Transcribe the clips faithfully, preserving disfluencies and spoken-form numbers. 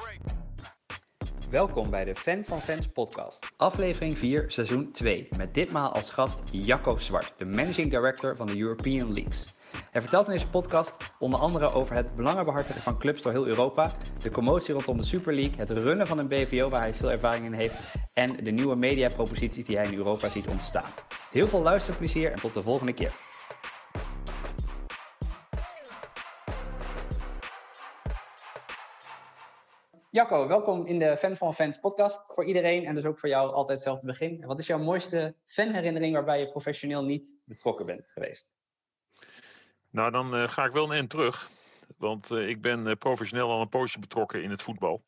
Welkom bij de Fan van Fans podcast, aflevering vier, seizoen twee, met ditmaal als gast Jacco Zwart, de Managing Director van de European Leagues. Hij vertelt in deze podcast onder andere over het belangenbehartigen van clubs door heel Europa, de commotie rondom de Super League, het runnen van een B V O waar hij veel ervaring in heeft en de nieuwe mediaproposities die hij in Europa ziet ontstaan. Heel veel luisterplezier en tot de volgende keer. Jacco, welkom in de Fan van Fans podcast. Voor iedereen en dus ook voor jou altijd hetzelfde begin. Wat is jouw mooiste fanherinnering waarbij je professioneel niet betrokken bent geweest? Nou, dan uh, ga ik wel een eind terug. Want uh, ik ben uh, professioneel al een poosje betrokken in het voetbal.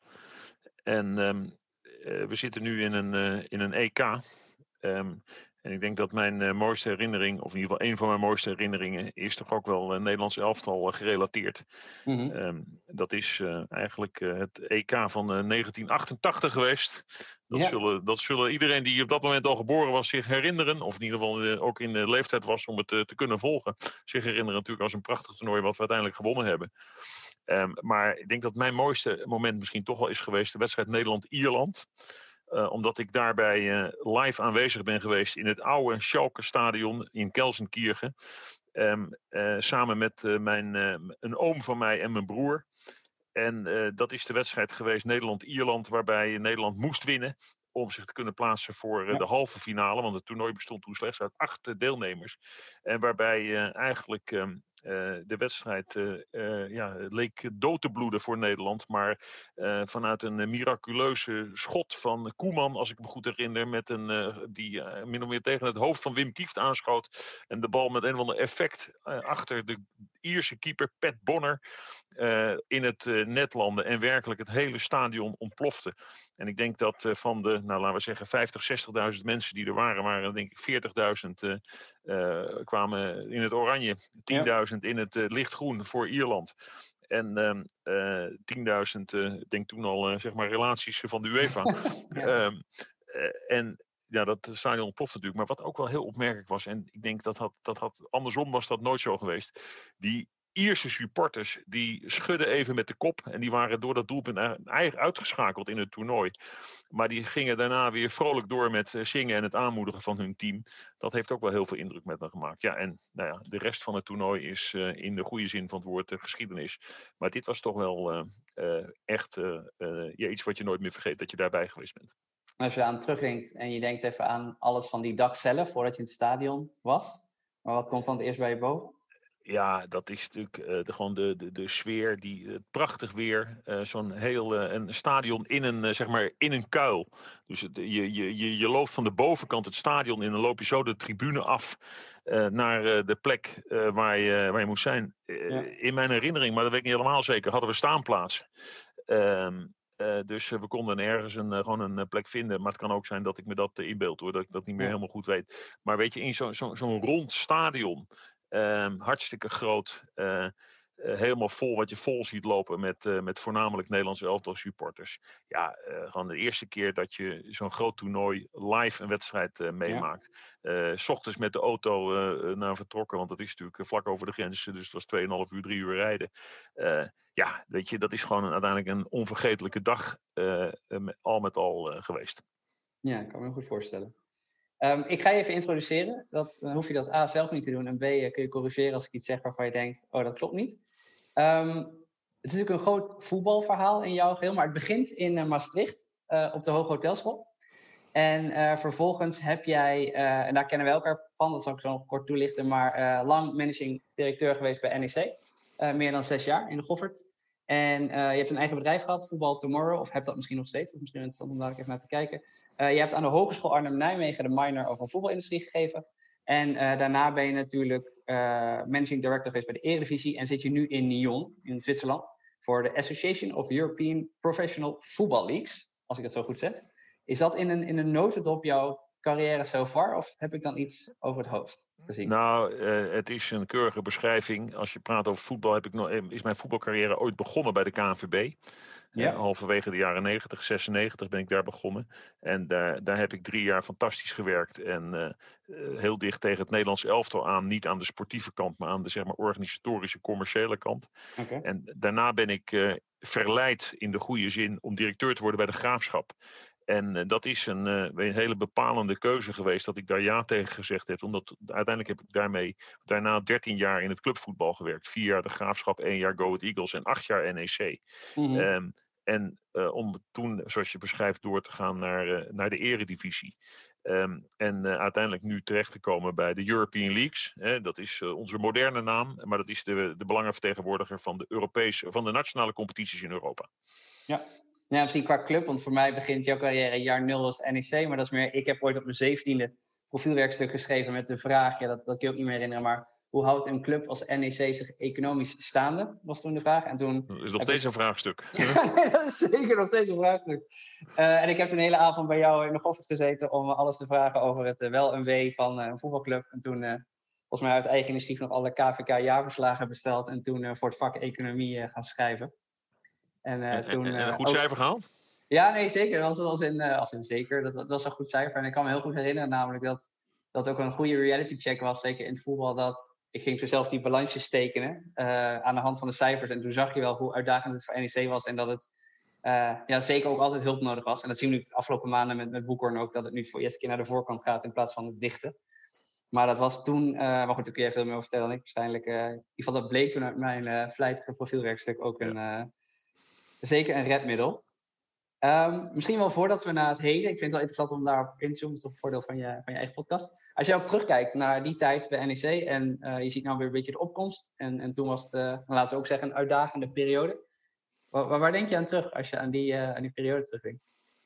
En um, uh, we zitten nu in een, uh, in een E K. Um, en ik denk dat mijn uh, mooiste herinnering, of in ieder geval een van mijn mooiste herinneringen, is toch ook wel uh, Nederlands elftal uh, gerelateerd. Mm-hmm. Um, dat is uh, eigenlijk uh, het E K van uh, negentien achtentachtig geweest. Dat, ja. zullen, dat zullen iedereen die op dat moment al geboren was zich herinneren. Of in ieder geval uh, ook in de leeftijd was om het uh, te kunnen volgen. Zich herinneren natuurlijk als een prachtig toernooi wat we uiteindelijk gewonnen hebben. Um, maar ik denk dat mijn mooiste moment misschien toch wel is geweest de wedstrijd Nederland-Ierland. Uh, omdat ik daarbij uh, live aanwezig ben geweest in het oude Schalke-stadion in Gelsenkirchen. Um, uh, samen met uh, mijn, uh, een oom van mij en mijn broer. En uh, dat is de wedstrijd geweest Nederland-Ierland, waarbij Nederland moest winnen om zich te kunnen plaatsen voor uh, ja. de halve finale. Want het toernooi bestond toen slechts uit acht uh, deelnemers. En waarbij uh, eigenlijk um, uh, de wedstrijd uh, uh, ja, leek dood te bloeden voor Nederland. Maar uh, vanuit een uh, miraculeuze schot van Koeman, als ik me goed herinner, met een, uh, die uh, min of meer tegen het hoofd van Wim Kieft aanschoot. En de bal met een of ander effect uh, achter de Ierse keeper Pat Bonner uh, in het uh, net landde. En werkelijk het hele stadion ontplofte. En ik denk dat uh, van de, nou laten we zeggen, vijftig, zestigduizend mensen die er waren, waren denk ik veertigduizend uh, uh, kwamen in het oranje, tienduizend in het uh, lichtgroen voor Ierland. En uh, uh, tienduizend, uh, denk toen al, uh, zeg maar, relaties van de UEFA. ja. um, uh, en ja, dat stadion ontplofte natuurlijk. Maar wat ook wel heel opmerkelijk was, en ik denk dat had, dat had andersom was dat nooit zo geweest. Die Ierse supporters, die schudden even met de kop. En die waren door dat doelpunt eigenlijk uitgeschakeld in het toernooi. Maar die gingen daarna weer vrolijk door met zingen en het aanmoedigen van hun team. Dat heeft ook wel heel veel indruk met me gemaakt. Ja, en nou ja, de rest van het toernooi is uh, in de goede zin van het woord uh, geschiedenis. Maar dit was toch wel uh, uh, echt uh, uh, ja, iets wat je nooit meer vergeet, dat je daarbij geweest bent. Als je aan terugdenkt en je denkt even aan alles van die dag zelf, voordat je in het stadion was. Maar wat komt dan het eerst bij je boven? Ja, dat is natuurlijk uh, de, gewoon de, de, de sfeer, die, uh, prachtig weer. Uh, zo'n heel uh, een stadion in een, uh, zeg maar in een kuil. Dus het, je, je, je, je loopt van de bovenkant het stadion in en dan loop je zo de tribune af uh, naar uh, de plek uh, waar, je, waar je moest zijn. Uh, ja. In mijn herinnering, maar dat weet ik niet helemaal zeker, hadden we staanplaatsen. Um, Uh, dus uh, we konden ergens een, uh, gewoon een uh, plek vinden. Maar het kan ook zijn dat ik me dat uh, inbeeld hoor. Dat ik dat niet meer ja. helemaal goed weet. Maar weet je, in zo'n zo, zo'n rond stadion. Um, hartstikke groot. Uh, uh, helemaal vol wat je vol ziet lopen met, uh, met voornamelijk Nederlandse elftal supporters. Ja, uh, gewoon de eerste keer dat je zo'n groot toernooi live een wedstrijd uh, meemaakt. Ja. Uh, 's ochtends met de auto uh, naar vertrokken. Want dat is natuurlijk uh, vlak over de grens. Dus het was tweeënhalf uur, drie uur rijden. Uh, Ja, weet je, dat is gewoon een, uiteindelijk een onvergetelijke dag uh, uh, al met al uh, geweest. Ja, ik kan me goed voorstellen. Um, ik ga je even introduceren. Dat, dan hoef je dat A zelf niet te doen. En B uh, kun je corrigeren als ik iets zeg waarvan je denkt, oh, dat klopt niet. Um, het is natuurlijk een groot voetbalverhaal in jouw geheel. Maar het begint in uh, Maastricht, uh, op de Hoge Hotelschool. En uh, vervolgens heb jij, uh, en daar kennen we elkaar van, dat zal ik zo nog kort toelichten, maar uh, lang managing directeur geweest bij N E C. Uh, meer dan zes jaar in de Goffert. En uh, je hebt een eigen bedrijf gehad, Voetbal Tomorrow, of hebt dat misschien nog steeds. Dat is misschien interessant om daar even naar te kijken. Uh, je hebt aan de Hogeschool Arnhem-Nijmegen de minor over de voetbalindustrie gegeven. En uh, daarna ben je natuurlijk uh, managing director geweest bij de Eredivisie. En zit je nu in Nyon, in Zwitserland, voor de Association of European Professional Football Leagues. Als ik het zo goed zeg. Is dat in een, in een notendop jouw carrière so far? Of heb ik dan iets over het hoofd gezien? Nou, uh, het is een keurige beschrijving. Als je praat over voetbal, heb ik nog, is mijn voetbalcarrière ooit begonnen bij de K N V B. Ja. Uh, halverwege de jaren negentig, zesennegentig ben ik daar begonnen. En daar, daar heb ik drie jaar fantastisch gewerkt. En uh, uh, heel dicht tegen het Nederlands elftal aan. Niet aan de sportieve kant, maar aan de zeg maar, organisatorische, commerciële kant. Okay. En daarna ben ik uh, verleid in de goede zin om directeur te worden bij de Graafschap. En uh, dat is een, uh, een hele bepalende keuze geweest dat ik daar ja tegen gezegd heb. Omdat uiteindelijk heb ik daarmee daarna dertien jaar in het clubvoetbal gewerkt. Vier jaar de Graafschap, één jaar Go Ahead Eagles en acht jaar N E C. Mm-hmm. Um, en uh, om toen, zoals je beschrijft, door te gaan naar, uh, naar de eredivisie. Um, en uh, uiteindelijk nu terecht te komen bij de European Leagues. Hè, dat is uh, onze moderne naam, maar dat is de, de belangenvertegenwoordiger van de Europese, van de nationale competities in Europa. Ja. Ja, misschien qua club, want voor mij begint jouw carrière jaar nul als N E C, maar dat is meer, ik heb ooit op mijn zeventiende profielwerkstuk geschreven met de vraag, ja, dat, dat kun je ook niet meer herinneren, maar hoe houdt een club als N E C zich economisch staande, was toen de vraag. En toen dat is nog steeds ik... een vraagstuk. Ja, nee, dat is zeker nog steeds een vraagstuk. Uh, en ik heb toen een hele avond bij jou in de office gezeten om alles te vragen over het uh, wel en wee van uh, een voetbalclub. En toen, uh, volgens mij uit eigen initiatief nog alle K V K-jaarverslagen besteld en toen uh, voor het vak economie uh, gaan schrijven. En, uh, en, toen, uh, en een goed ook... cijfer gehaald? Ja, nee, zeker. Dat was, als in, uh, als in zeker. Dat, dat was een goed cijfer. En ik kan me heel goed herinneren namelijk dat dat ook een goede reality check was, zeker in het voetbal, dat ik ging toen zelf die balansjes tekenen uh, aan de hand van de cijfers. En toen zag je wel hoe uitdagend het voor N E C was en dat het uh, ja, zeker ook altijd hulp nodig was. En dat zien we nu de afgelopen maanden met, met Boekhorn ook, dat het nu voor de eerste keer naar de voorkant gaat in plaats van het dichten. Maar dat was toen, uh, maar goed, daar kun je veel meer over vertellen dan ik waarschijnlijk. Uh, in ieder geval, dat bleek toen uit mijn uh, vlijtige profielwerkstuk ook een, uh, zeker een redmiddel. Um, misschien wel voordat we naar het heden, ik vind het wel interessant om daarop in te zoomen, dat is toch een voordeel van je, van je eigen podcast. Als je ook terugkijkt naar die tijd bij N E C en uh, je ziet nou weer een beetje de opkomst. En, en toen was het, uh, laten we ook zeggen, een uitdagende periode. Waar, waar denk je aan terug als je aan die, uh, aan die periode terugdenkt?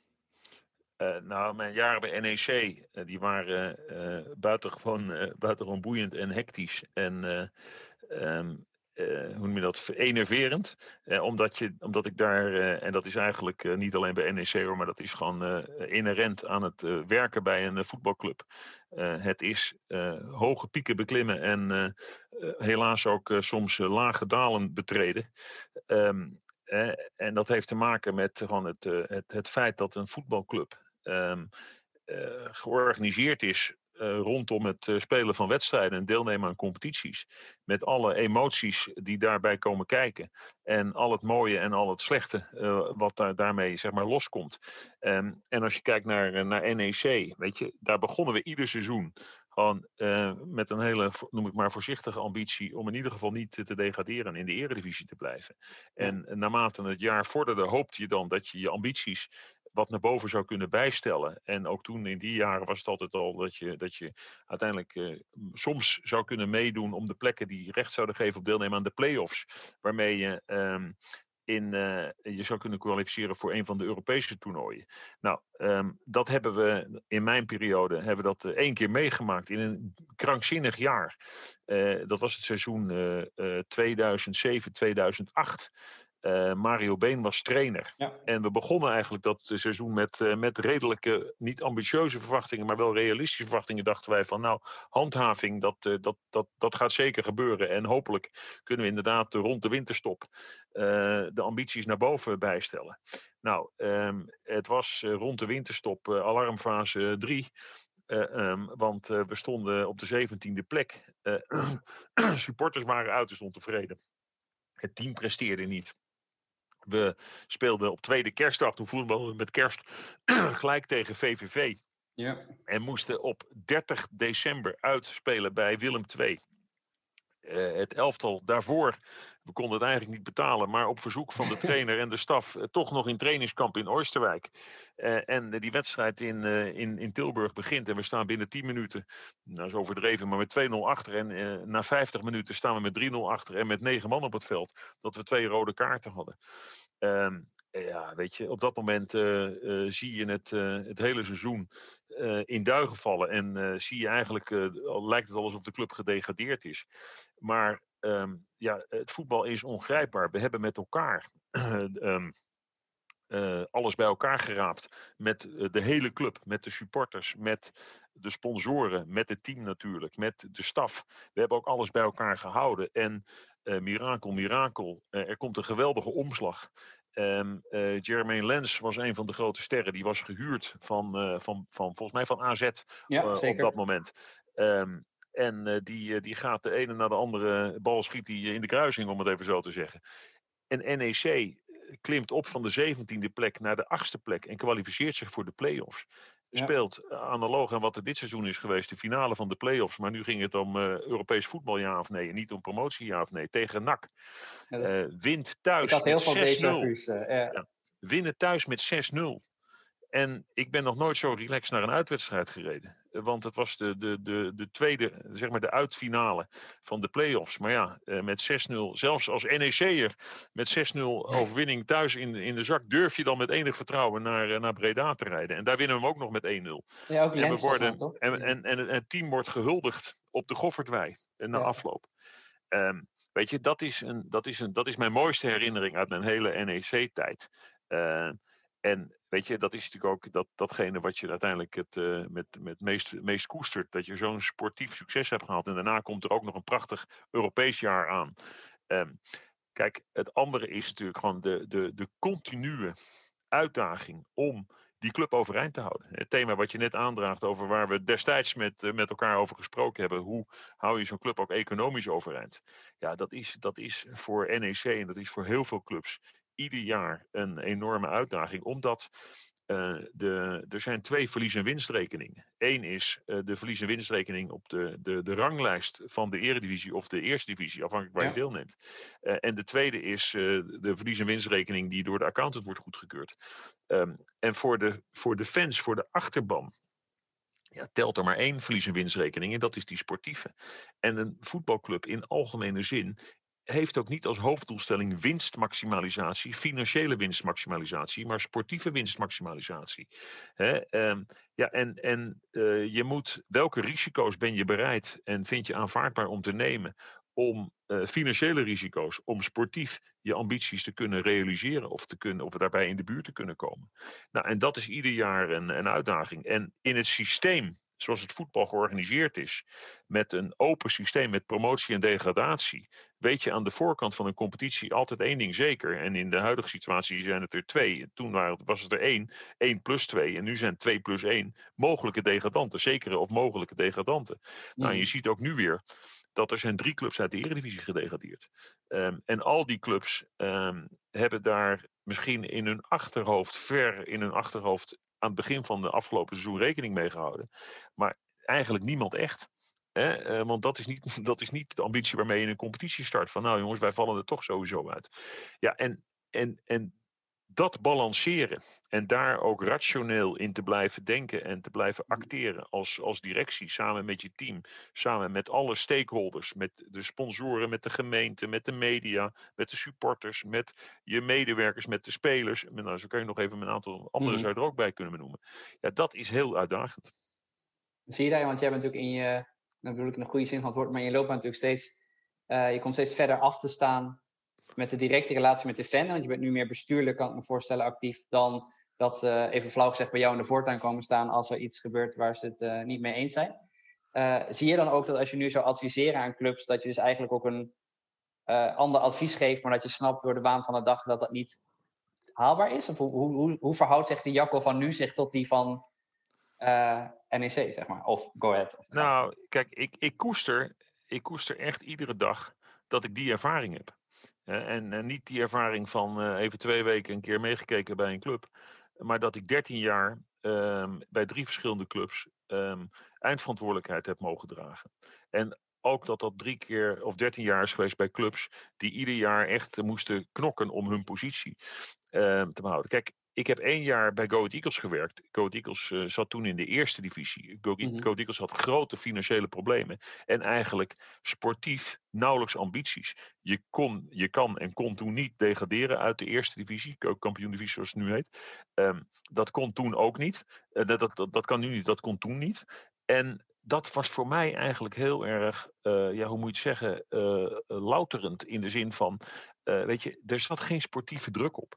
Uh, nou, mijn jaren bij N E C, uh, die waren uh, buitengewoon, uh, buitengewoon boeiend en hectisch. En uh, um, uh, hoe noem je dat, enerverend. Uh, omdat, je, omdat ik daar, uh, en dat is eigenlijk uh, niet alleen bij N E C hoor, maar dat is gewoon uh, inherent aan het uh, werken bij een uh, voetbalclub. Uh, het is uh, hoge pieken beklimmen en uh, uh, helaas ook uh, soms uh, lage dalen betreden. Um, uh, en dat heeft te maken met gewoon het, uh, het, het feit dat een voetbalclub Um, uh, georganiseerd is uh, rondom het uh, spelen van wedstrijden en deelnemen aan competities. Met alle emoties die daarbij komen kijken. En al het mooie en al het slechte uh, wat daar, daarmee zeg maar, loskomt. Um, en als je kijkt naar, naar N E C, weet je, daar begonnen we ieder seizoen. Gewoon uh, met een hele, noem ik maar, voorzichtige ambitie om in ieder geval niet te degraderen en in de eredivisie te blijven. En ja. naarmate het jaar vorderde, hoopte je dan dat je je ambities wat naar boven zou kunnen bijstellen. En ook toen in die jaren was het altijd al dat je, dat je uiteindelijk uh, soms zou kunnen meedoen om de plekken die recht zouden geven op deelnemen aan de play-offs. Waarmee je um, in, uh, je zou kunnen kwalificeren voor een van de Europese toernooien. Nou, um, dat hebben we in mijn periode hebben we dat uh, één keer meegemaakt in een krankzinnig jaar. Uh, dat was het seizoen uh, uh, tweeduizend zeven tweeduizend acht. Uh, Mario Been was trainer. Ja. En we begonnen eigenlijk dat seizoen met, uh, met redelijke, niet ambitieuze verwachtingen, maar wel realistische verwachtingen. Dachten wij van nou, handhaving, dat, uh, dat, dat, dat gaat zeker gebeuren. En hopelijk kunnen we inderdaad uh, rond de winterstop uh, de ambities naar boven bijstellen. Nou, um, het was uh, rond de winterstop uh, alarmfase drie. Uh, um, want uh, we stonden op de zeventiende plek. Uh, supporters waren uiterst ontevreden. Het team presteerde niet. We speelden op tweede kerstdag, toen voetbalden we met kerst gelijk tegen V V V. Ja. En moesten op dertig december uitspelen bij Willem twee. Uh, het elftal daarvoor, we konden het eigenlijk niet betalen, maar op verzoek van de trainer en de staf uh, toch nog in trainingskamp in Oosterwijk. Uh, en uh, die wedstrijd in, uh, in, in Tilburg begint en we staan binnen tien minuten, nou is overdreven, maar met twee nul achter. En uh, na vijftig minuten staan we met drie nul achter en met negen man op het veld, dat we twee rode kaarten hadden. Uh, Ja, weet je, op dat moment uh, uh, zie je het, uh, het hele seizoen uh, in duigen vallen. En uh, zie je eigenlijk, uh, al lijkt het alsof de club gedegradeerd is. Maar um, ja, het voetbal is ongrijpbaar. We hebben met elkaar um, uh, alles bij elkaar geraapt. Met uh, de hele club, met de supporters, met de sponsoren, met het team natuurlijk, met de staf. We hebben ook alles bij elkaar gehouden. En uh, mirakel, mirakel, uh, er komt een geweldige omslag. Um, uh, Jermaine Lens was een van de grote sterren. Die was gehuurd van, uh, van, van volgens mij van A Z Ja, uh, zeker. op dat moment. Um, en uh, die, uh, die gaat de ene naar de andere bal schiet die in de kruising, om het even zo te zeggen. En N E C klimt op van de zeventiende plek naar de achtste plek en kwalificeert zich voor de play-offs. Ja. Speelt analoog aan wat er dit seizoen is geweest, de finale van de play-offs. Maar nu ging het om uh, Europees voetbal ja of nee. En niet om promotie ja of nee. Tegen N A C. Ja, dus... uh, wint thuis Ik had heel met veel zes nul. déjà vu's. Uh, ja. Ja, winnen thuis met zes nul. En ik ben nog nooit zo relaxed naar een uitwedstrijd gereden. Want het was de, de, de, de tweede, zeg maar de uitfinale van de play-offs. Maar ja, met zes nul, zelfs als N E C'er met zes nul overwinning thuis in, in de zak, durf je dan met enig vertrouwen naar, naar Breda te rijden. En daar winnen we hem ook nog met één nul. Ja, ook en, Lens we worden, mij, toch? en, en, en, en het team wordt gehuldigd op de Goffertwei na ja. afloop. Um, weet je, dat is, een, dat, is een, dat is mijn mooiste herinnering uit mijn hele N E C-tijd. Uh, En weet je, dat is natuurlijk ook dat, datgene wat je uiteindelijk het uh, met, met meest, meest koestert. Dat je zo'n sportief succes hebt gehad. En daarna komt er ook nog een prachtig Europees jaar aan. Um, kijk, het andere is natuurlijk gewoon de, de, de continue uitdaging om die club overeind te houden. Het thema wat je net aandraagt over waar we destijds met, uh, met elkaar over gesproken hebben. Hoe hou je zo'n club ook economisch overeind? Ja, dat is, dat is voor N E C en dat is voor heel veel clubs ieder jaar een enorme uitdaging. Omdat uh, de, er zijn twee verlies- en winstrekeningen. Eén is uh, de verlies- en winstrekening op de, de, de ranglijst van de Eredivisie of de Eerste Divisie, afhankelijk waar ja. je deelneemt. Uh, en de tweede is uh, de verlies- en winstrekening die door de accountant wordt goedgekeurd. Um, en voor de, voor de fans, voor de achterban, ja, telt er maar één verlies- en winstrekening en dat is die sportieve. En een voetbalclub in algemene zin heeft ook niet als hoofddoelstelling winstmaximalisatie, financiële winstmaximalisatie, maar sportieve winstmaximalisatie. Hè? Um, ja, en en uh, je moet, welke risico's ben je bereid en vind je aanvaardbaar om te nemen om uh, financiële risico's, om sportief je ambities te kunnen realiseren of, te kunnen, of daarbij in de buurt te kunnen komen. Nou, en dat is ieder jaar een, een uitdaging. En in het systeem, zoals het voetbal georganiseerd is, met een open systeem met promotie en degradatie, weet je aan de voorkant van een competitie altijd één ding zeker. En in de huidige situatie zijn het er twee. Toen was het er één, één plus twee. En nu zijn het twee plus één mogelijke degradanten. Zekere of mogelijke degradanten. Mm. Nou, je ziet ook nu weer dat er zijn drie clubs uit de Eredivisie gedegradeerd. Um, en al die clubs um, hebben daar misschien in hun achterhoofd, ver in hun achterhoofd, aan het begin van de afgelopen seizoen rekening mee gehouden. Maar eigenlijk niemand echt. Hè? Uh, want dat is, niet, dat is niet de ambitie waarmee je een competitie start. Van nou jongens, wij vallen er toch sowieso uit. Ja, en, en, en dat balanceren en daar ook rationeel in te blijven denken en te blijven acteren als, als directie, samen met je team, samen met alle stakeholders, met de sponsoren, met de gemeente, met de media, met de supporters, met je medewerkers, met de spelers. Nou, zo kan je nog even een aantal andere mm-hmm. zou je er ook bij kunnen benoemen. Ja, dat is heel uitdagend. Zie je daar, want jij bent natuurlijk in je, dan bedoel ik in een goede zin van het woord, maar in je loopbaan natuurlijk steeds, uh, je komt steeds verder af te staan met de directe relatie met de fan, want je bent nu meer bestuurlijk, kan ik me voorstellen, actief, dan dat ze, even flauw gezegd, bij jou in de voortuin komen staan als er iets gebeurt waar ze het uh, niet mee eens zijn. Uh, zie je dan ook dat als je nu zou adviseren aan clubs, dat je dus eigenlijk ook een uh, ander advies geeft, maar dat je snapt door de waan van de dag dat dat niet haalbaar is? Of hoe, hoe, hoe, hoe verhoudt zich die Jacco van nu zich tot die van uh, N E C, zeg maar? Of Go Ahead? Of nou, kijk, ik, ik, koester, ik koester echt iedere dag dat ik die ervaring heb. Uh, en uh, niet die ervaring van uh, even twee weken een keer meegekeken bij een club. Maar dat ik dertien jaar um, bij drie verschillende clubs um, eindverantwoordelijkheid heb mogen dragen. En ook dat dat drie keer of dertien jaar is geweest bij clubs die ieder jaar echt uh, moesten knokken om hun positie uh, te behouden. Kijk, ik heb één jaar bij Go Ahead Eagles gewerkt. Go Ahead Eagles uh, zat toen in de eerste divisie. Go, mm-hmm. Go Ahead Eagles had grote financiële problemen. En eigenlijk sportief nauwelijks ambities. Je, kon, je kan en kon toen niet degraderen uit de eerste divisie. Kampioen-divisie zoals het nu heet. Um, dat kon toen ook niet. Uh, dat, dat, dat kan nu niet, dat kon toen niet. En dat was voor mij eigenlijk heel erg, uh, ja, hoe moet je het zeggen, uh, louterend in de zin van, uh, weet je, er zat geen sportieve druk op.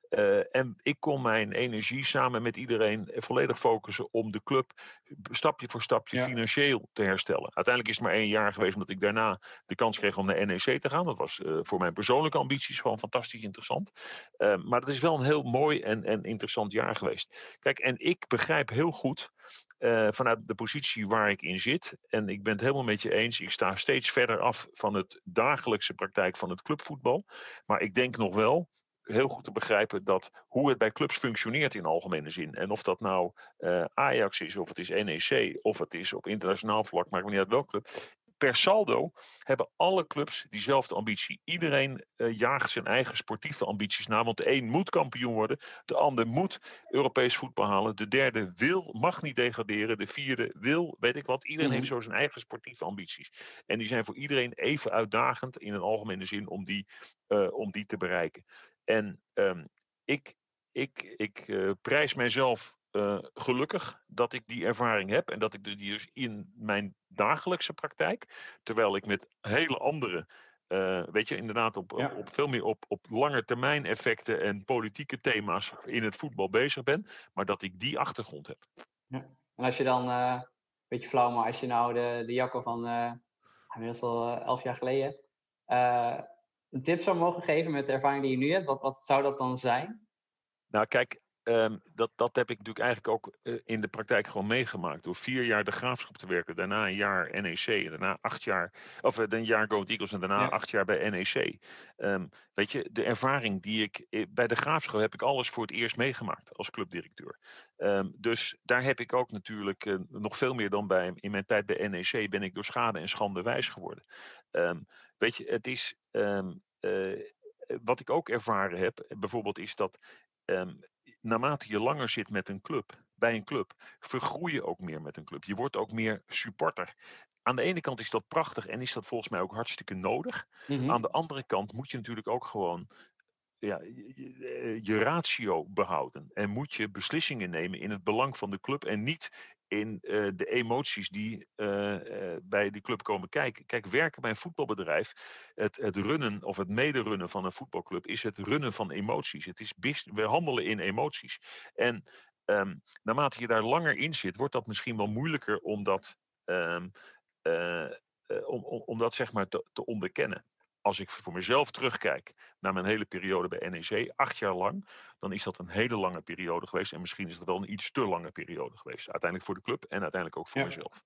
Uh, en ik kon mijn energie samen met iedereen volledig focussen om de club stapje voor stapje Ja. financieel te herstellen. Uiteindelijk is het maar één jaar geweest omdat ik daarna de kans kreeg om naar N E C te gaan. Dat was uh, voor mijn persoonlijke ambities gewoon fantastisch interessant. Uh, maar het is wel een heel mooi en, en interessant jaar geweest. Kijk, en ik begrijp heel goed uh, vanuit de positie waar ik in zit. En ik ben het helemaal met je eens. Ik sta steeds verder af van het dagelijkse praktijk van het clubvoetbal. Maar ik denk nog wel heel goed te begrijpen dat hoe het bij clubs functioneert in algemene zin. En of dat nou uh, Ajax is, of het is N E C, of het is op internationaal vlak, maakt me niet uit welke club. Per saldo hebben alle clubs diezelfde ambitie. Iedereen uh, jaagt zijn eigen sportieve ambities na. Want de een moet kampioen worden. De ander moet Europees voetbal halen. De derde wil, mag niet degraderen. De vierde wil, weet ik wat. Iedereen Mm-hmm. heeft zo zijn eigen sportieve ambities. En die zijn voor iedereen even uitdagend in een algemene zin om die, uh, om die te bereiken. En um, ik, ik, ik uh, prijs mijzelf uh, gelukkig dat ik die ervaring heb. En dat ik die dus in mijn dagelijkse praktijk, terwijl ik met hele andere, uh, weet je, inderdaad op, ja. op, op veel meer op, op lange termijn effecten en politieke thema's in het voetbal bezig ben. Maar dat ik die achtergrond heb. Ja. En als je dan, uh, een beetje flauw, maar als je nou de, de Jacco van, uh, inmiddels al uh, elf jaar geleden, uh, een tip zou mogen geven met de ervaring die je nu hebt, wat, wat zou dat dan zijn? Nou kijk, um, dat, dat heb ik natuurlijk eigenlijk ook uh, in de praktijk gewoon meegemaakt. Door vier jaar de Graafschap te werken, daarna een jaar N E C, en daarna acht jaar, of uh, een jaar Go Ahead Eagles en daarna ja. acht jaar bij N E C. Um, weet je, de ervaring die ik, bij de Graafschap heb ik alles voor het eerst meegemaakt als clubdirecteur. Um, dus daar heb ik ook natuurlijk uh, nog veel meer dan bij, in mijn tijd bij N E C ben ik door schade en schande wijs geworden. Um, weet je, het is, um, uh, wat ik ook ervaren heb, bijvoorbeeld is dat Um, naarmate je langer zit met een club, bij een club, vergroei je ook meer met een club. Je wordt ook meer supporter. Aan de ene kant is dat prachtig en is dat volgens mij ook hartstikke nodig. Mm-hmm. Aan de andere kant moet je natuurlijk ook gewoon ja, je, je ratio behouden. En moet je beslissingen nemen in het belang van de club en niet in uh, de emoties die uh, uh, bij die club komen kijken. Kijk, werken bij een voetbalbedrijf, het, het runnen of het mederunnen van een voetbalclub is het runnen van emoties. Het is best, we handelen in emoties. En um, naarmate je daar langer in zit, wordt dat misschien wel moeilijker om dat, um, uh, uh, om, om, om dat zeg maar te, te onderkennen. Als ik voor mezelf terugkijk naar mijn hele periode bij N E C, acht jaar lang, dan is dat een hele lange periode geweest. En misschien is dat wel een iets te lange periode geweest. Uiteindelijk voor de club en uiteindelijk ook voor ja. mezelf.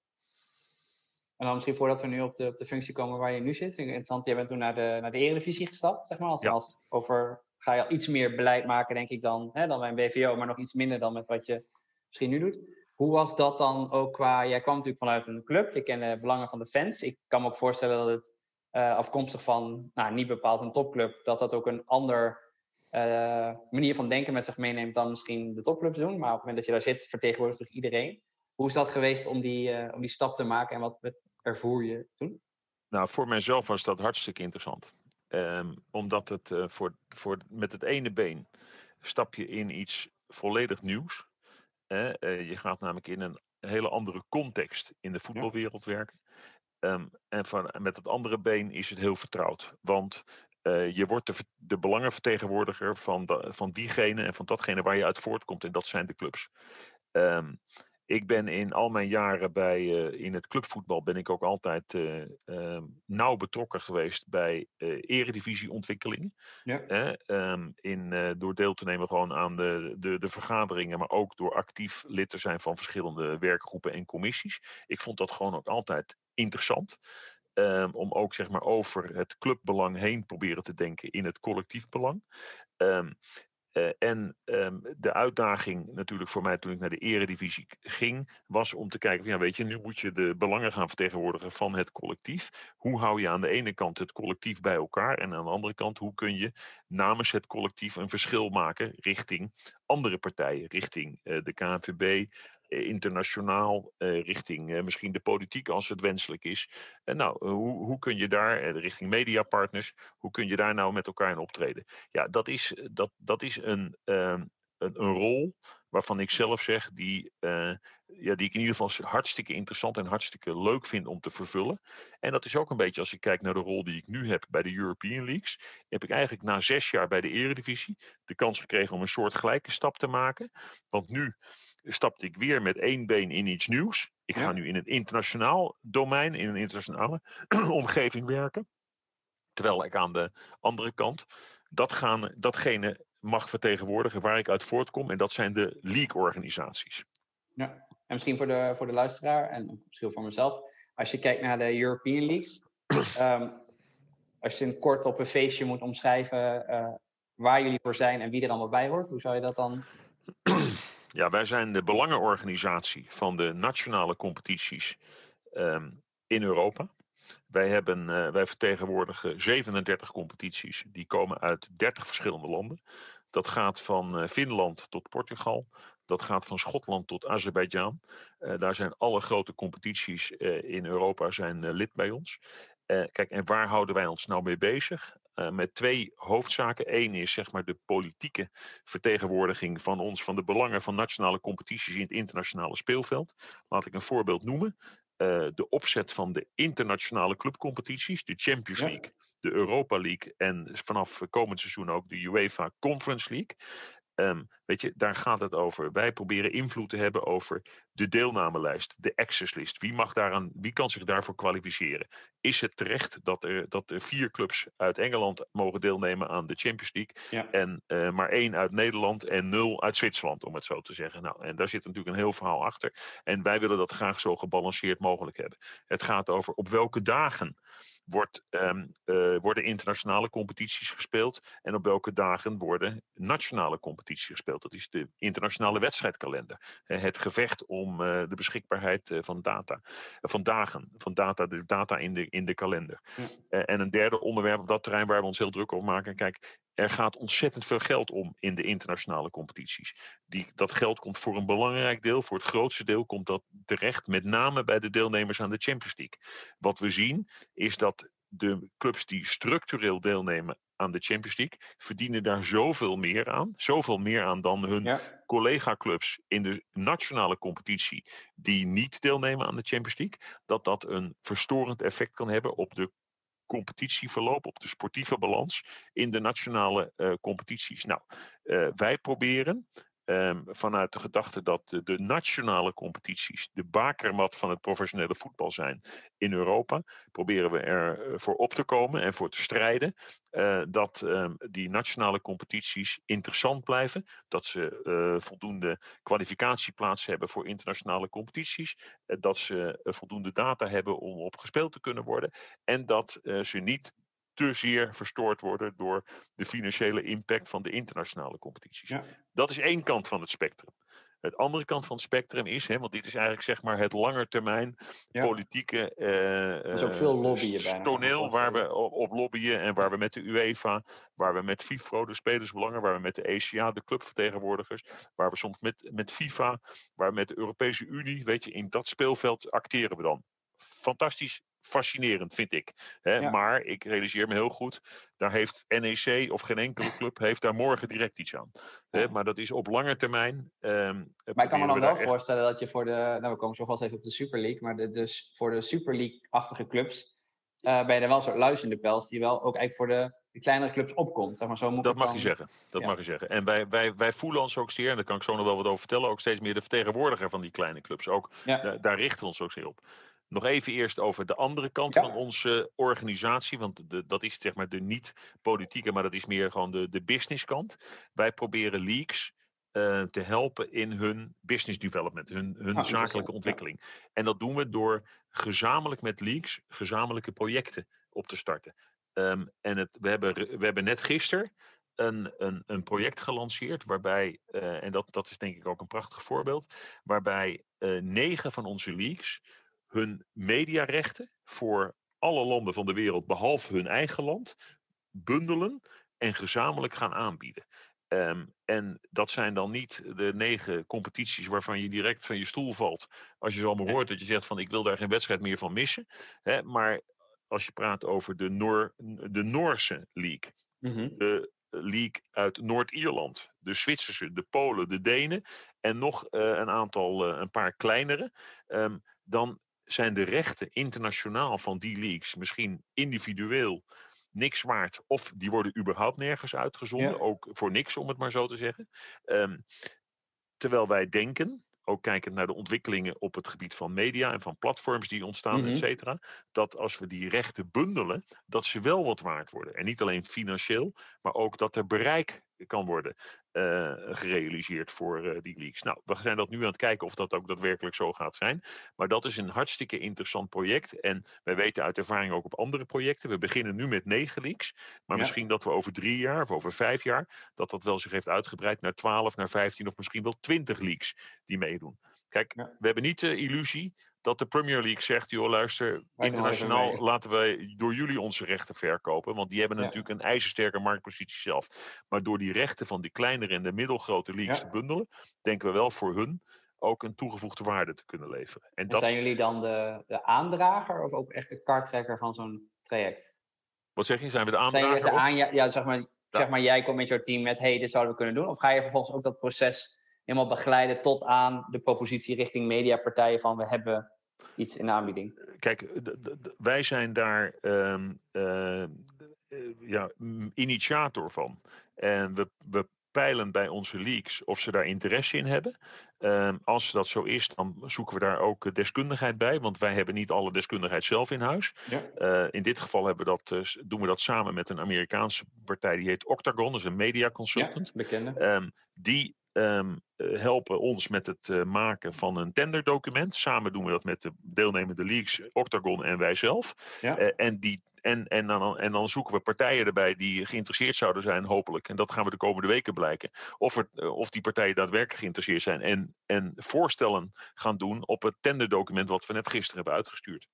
En dan misschien voordat we nu op de, op de functie komen waar je nu zit. Interessant, jij bent toen naar de, naar de Eredivisie gestapt, zeg maar. Als, ja. als over, ga je al iets meer beleid maken, denk ik, dan, hè, dan bij een B V O, maar nog iets minder dan met wat je misschien nu doet. Hoe was dat dan ook qua, jij kwam natuurlijk vanuit een club, je kende de belangen van de fans. Ik kan me ook voorstellen dat het Uh, afkomstig van, nou, niet bepaald een topclub, dat dat ook een ander uh, manier van denken met zich meeneemt dan misschien de topclubs doen. Maar op het moment dat je daar zit, vertegenwoordigt toch iedereen. Hoe is dat geweest om die, uh, om die stap te maken en wat ervoer je toen? Nou, voor mijzelf was dat hartstikke interessant. Um, omdat het uh, voor, voor, met het ene been stap je in iets volledig nieuws. Uh, uh, je gaat namelijk in een hele andere context in de voetbalwereld ja. werken. Um, en van, met het andere been is het heel vertrouwd. Want uh, je wordt de, de belangenvertegenwoordiger van, de, van diegene en van datgene waar je uit voortkomt. En dat zijn de clubs. Um, ik ben in al mijn jaren bij, uh, in het clubvoetbal ben ik ook altijd uh, uh, nauw betrokken geweest bij uh, eredivisieontwikkelingen. Ja. Eh, um, in, uh, door deel te nemen gewoon aan de, de, de vergaderingen, maar ook door actief lid te zijn van verschillende werkgroepen en commissies. Ik vond dat gewoon ook altijd interessant. Um, om ook zeg maar over het clubbelang heen proberen te denken in het collectief belang. Um, Uh, en um, de uitdaging natuurlijk voor mij toen ik naar de eredivisie ging, was om te kijken van ja, weet je, nu moet je de belangen gaan vertegenwoordigen van het collectief. Hoe hou je aan de ene kant het collectief bij elkaar en aan de andere kant hoe kun je namens het collectief een verschil maken richting andere partijen, richting uh, de K N V B, internationaal, uh, richting uh, misschien de politiek als het wenselijk is. En nou, uh, hoe, hoe kun je daar, uh, richting mediapartners, hoe kun je daar nou met elkaar in optreden? Ja, dat is, dat, dat is een, um, een, een rol waarvan ik zelf zeg, die, uh, ja, die ik in ieder geval hartstikke interessant en hartstikke leuk vind om te vervullen. En dat is ook een beetje, als ik kijk naar de rol die ik nu heb bij de European Leagues, heb ik eigenlijk na zes jaar bij de Eredivisie de kans gekregen om een soort gelijke stap te maken. Want nu stapte ik weer met één been in iets nieuws. Ik ga Ja. nu in een internationaal domein, in een internationale omgeving werken. Terwijl ik aan de andere kant dat gaan, datgene mag vertegenwoordigen waar ik uit voortkom. En dat zijn de league-organisaties. Ja, en misschien voor de, voor de luisteraar en misschien voor mezelf. Als je kijkt naar de European Leagues. um, als je kort op een feestje moet omschrijven uh, waar jullie voor zijn en wie er allemaal bij hoort. Hoe zou je dat dan... Ja, wij zijn de belangenorganisatie van de nationale competities um, in Europa. Wij, hebben, uh, wij vertegenwoordigen zevenendertig competities. Die komen uit dertig verschillende landen. Dat gaat van uh, Finland tot Portugal. Dat gaat van Schotland tot Azerbeidzjan. Uh, daar zijn alle grote competities uh, in Europa zijn uh, lid bij ons. Uh, kijk, en waar houden wij ons nou mee bezig? Uh, met twee hoofdzaken. Eén is zeg maar de politieke vertegenwoordiging van ons, van de belangen van nationale competities in het internationale speelveld. Laat ik een voorbeeld noemen. Uh, de opzet van de internationale clubcompetities, de Champions Ja. League, de Europa League en vanaf komend seizoen ook de UEFA Conference League. Um, weet je, daar gaat het over. Wij proberen invloed te hebben over de deelnamelijst, de access list. Wie mag daaraan, wie kan zich daarvoor kwalificeren? Is het terecht dat er, dat er vier clubs uit Engeland mogen deelnemen aan de Champions League Ja. en uh, maar één uit Nederland en nul uit Zwitserland, om het zo te zeggen? Nou, en daar zit natuurlijk een heel verhaal achter. En wij willen dat graag zo gebalanceerd mogelijk hebben. Het gaat over op welke dagen Wordt, um, uh, worden internationale competities gespeeld en op welke dagen worden nationale competities gespeeld. Dat is de internationale wedstrijdkalender. Uh, het gevecht om uh, de beschikbaarheid uh, van data, uh, van dagen, van data, de data in de, in de kalender. Ja. Uh, en een derde onderwerp op dat terrein waar we ons heel druk over maken. Kijk, er gaat ontzettend veel geld om in de internationale competities. Die, dat geld komt voor een belangrijk deel, voor het grootste deel, komt dat terecht, met name bij de deelnemers aan de Champions League. Wat we zien is dat de clubs die structureel deelnemen aan de Champions League verdienen daar zoveel meer aan, zoveel meer aan dan hun Ja. collega-clubs in de nationale competitie die niet deelnemen aan de Champions League, dat dat een verstorend effect kan hebben op de competitieverloop, op de sportieve balans in de nationale uh, competities. Nou, uh, wij proberen Um, vanuit de gedachte dat de, de nationale competities de bakermat van het professionele voetbal zijn in Europa, proberen we ervoor op te komen en voor te strijden uh, dat um, die nationale competities interessant blijven, dat ze uh, voldoende kwalificatieplaatsen hebben voor internationale competities, uh, dat ze uh, voldoende data hebben om op gespeeld te kunnen worden en dat uh, ze niet te zeer verstoord worden door de financiële impact van de internationale competities. Ja. Dat is één kant van het spectrum. Het andere kant van het spectrum is, hè, want dit is eigenlijk zeg maar het langetermijn Ja. politieke uh, is ook veel lobbyen bijna, toneel waar we op, op lobbyen en waar ja. we met de UEFA, waar we met FIFPro, de spelersbelangen, waar we met de E C A, de clubvertegenwoordigers, waar we soms met, met FIFA, waar we met de Europese Unie, weet je, in dat speelveld acteren we dan. Fantastisch. Fascinerend, vind ik. Hè? Ja. Maar ik realiseer me heel goed, daar heeft N E C of geen enkele club heeft daar morgen direct iets aan. Hè? Ja. Maar dat is op lange termijn. Um, maar ik kan me dan wel echt... voorstellen dat je voor de, nou we komen zo vast even op de Super League, maar de, dus voor de Super League-achtige clubs uh, ben je er wel een soort luis in de pels die wel ook eigenlijk voor de, de kleinere clubs opkomt. Zeg maar, zo moet dat het mag dan... je zeggen. Dat ja. mag je zeggen. En wij, wij, wij voelen ons ook steeds, en daar kan ik zo nog wel wat over vertellen, ook steeds meer de vertegenwoordiger van die kleine clubs. Ook, ja. da, daar richten we ons ook zeer op. Nog even eerst over de andere kant ja. van onze organisatie. Want de, dat is zeg maar de niet-politieke, maar dat is meer gewoon de, de businesskant. Wij proberen leagues uh, te helpen in hun business development, hun, hun oh, zakelijke ontwikkeling. Ja. En dat doen we door gezamenlijk met leagues gezamenlijke projecten op te starten. Um, en het, we, hebben, we hebben net gisteren een, een, een project gelanceerd waarbij, uh, en dat, dat is denk ik ook een prachtig voorbeeld, waarbij uh, negen van onze leagues hun mediarechten voor alle landen van de wereld, behalve hun eigen land, bundelen en gezamenlijk gaan aanbieden. Um, en dat zijn dan niet de negen competities waarvan je direct van je stoel valt als je zo maar hoort dat je zegt van ik wil daar geen wedstrijd meer van missen. Hè, maar als je praat over de, Noor, de Noorse League, mm-hmm. de league uit Noord-Ierland. De Zwitserse, de Polen, de Denen en nog uh, een aantal, uh, een paar kleinere. Um, dan zijn de rechten internationaal van die leagues misschien individueel niks waard. Of die worden überhaupt nergens uitgezonden. Ja. Ook voor niks, om het maar zo te zeggen. Um, terwijl wij denken, ook kijkend naar de ontwikkelingen op het gebied van media en van platforms die ontstaan, mm-hmm. et cetera, dat als we die rechten bundelen, dat ze wel wat waard worden. En niet alleen financieel, maar ook dat er bereik kan worden uh, gerealiseerd voor uh, die leagues. Nou, we zijn dat nu aan het kijken of dat ook daadwerkelijk zo gaat zijn. Maar dat is een hartstikke interessant project. En wij weten uit ervaring ook op andere projecten. We beginnen nu met negen leagues. Maar ja. misschien dat we over drie jaar of over vijf jaar, dat dat wel zich heeft uitgebreid naar twaalf, naar vijftien of misschien wel twintig leagues die meedoen. Kijk, ja. we hebben niet de illusie dat de Premier League zegt, joh luister, wij internationaal laten wij door jullie onze rechten verkopen. Want die hebben ja. natuurlijk een ijzersterke marktpositie zelf. Maar door die rechten van die kleinere en de middelgrote leagues ja. te bundelen, denken we wel voor hun ook een toegevoegde waarde te kunnen leveren. En, en dat... zijn jullie dan de, de aandrager of ook echt de karttrekker van zo'n traject? Wat zeg je? Zijn we de aandrager? Zijn jullie de aan, ja, ja, zeg maar, ja. zeg maar, jij komt met jouw team met, hey, dit zouden we kunnen doen. Of ga je vervolgens ook dat proces helemaal begeleiden tot aan de propositie richting mediapartijen van we hebben iets in de aanbieding? Kijk, d- d- wij zijn daar um, uh, ja, initiator van. En we, we peilen bij onze leagues of ze daar interesse in hebben. Um, als dat zo is, dan zoeken we daar ook deskundigheid bij. Want wij hebben niet alle deskundigheid zelf in huis. Ja. Uh, in dit geval hebben we dat, uh, doen we dat samen met een Amerikaanse partij. Die heet Octagon, dat is een media consultant. Ja, bekende. Um, die um, uh, helpen ons met het uh, maken van een tenderdocument. Samen doen we dat met de deelnemende leagues, Octagon en wij zelf. Ja. Uh, en die En, en, dan, en dan zoeken we partijen erbij die geïnteresseerd zouden zijn, hopelijk. En dat gaan we de komende weken blijken. Of, er, of die partijen daadwerkelijk geïnteresseerd zijn. En, en voorstellen gaan doen op het tenderdocument wat we net gisteren hebben uitgestuurd.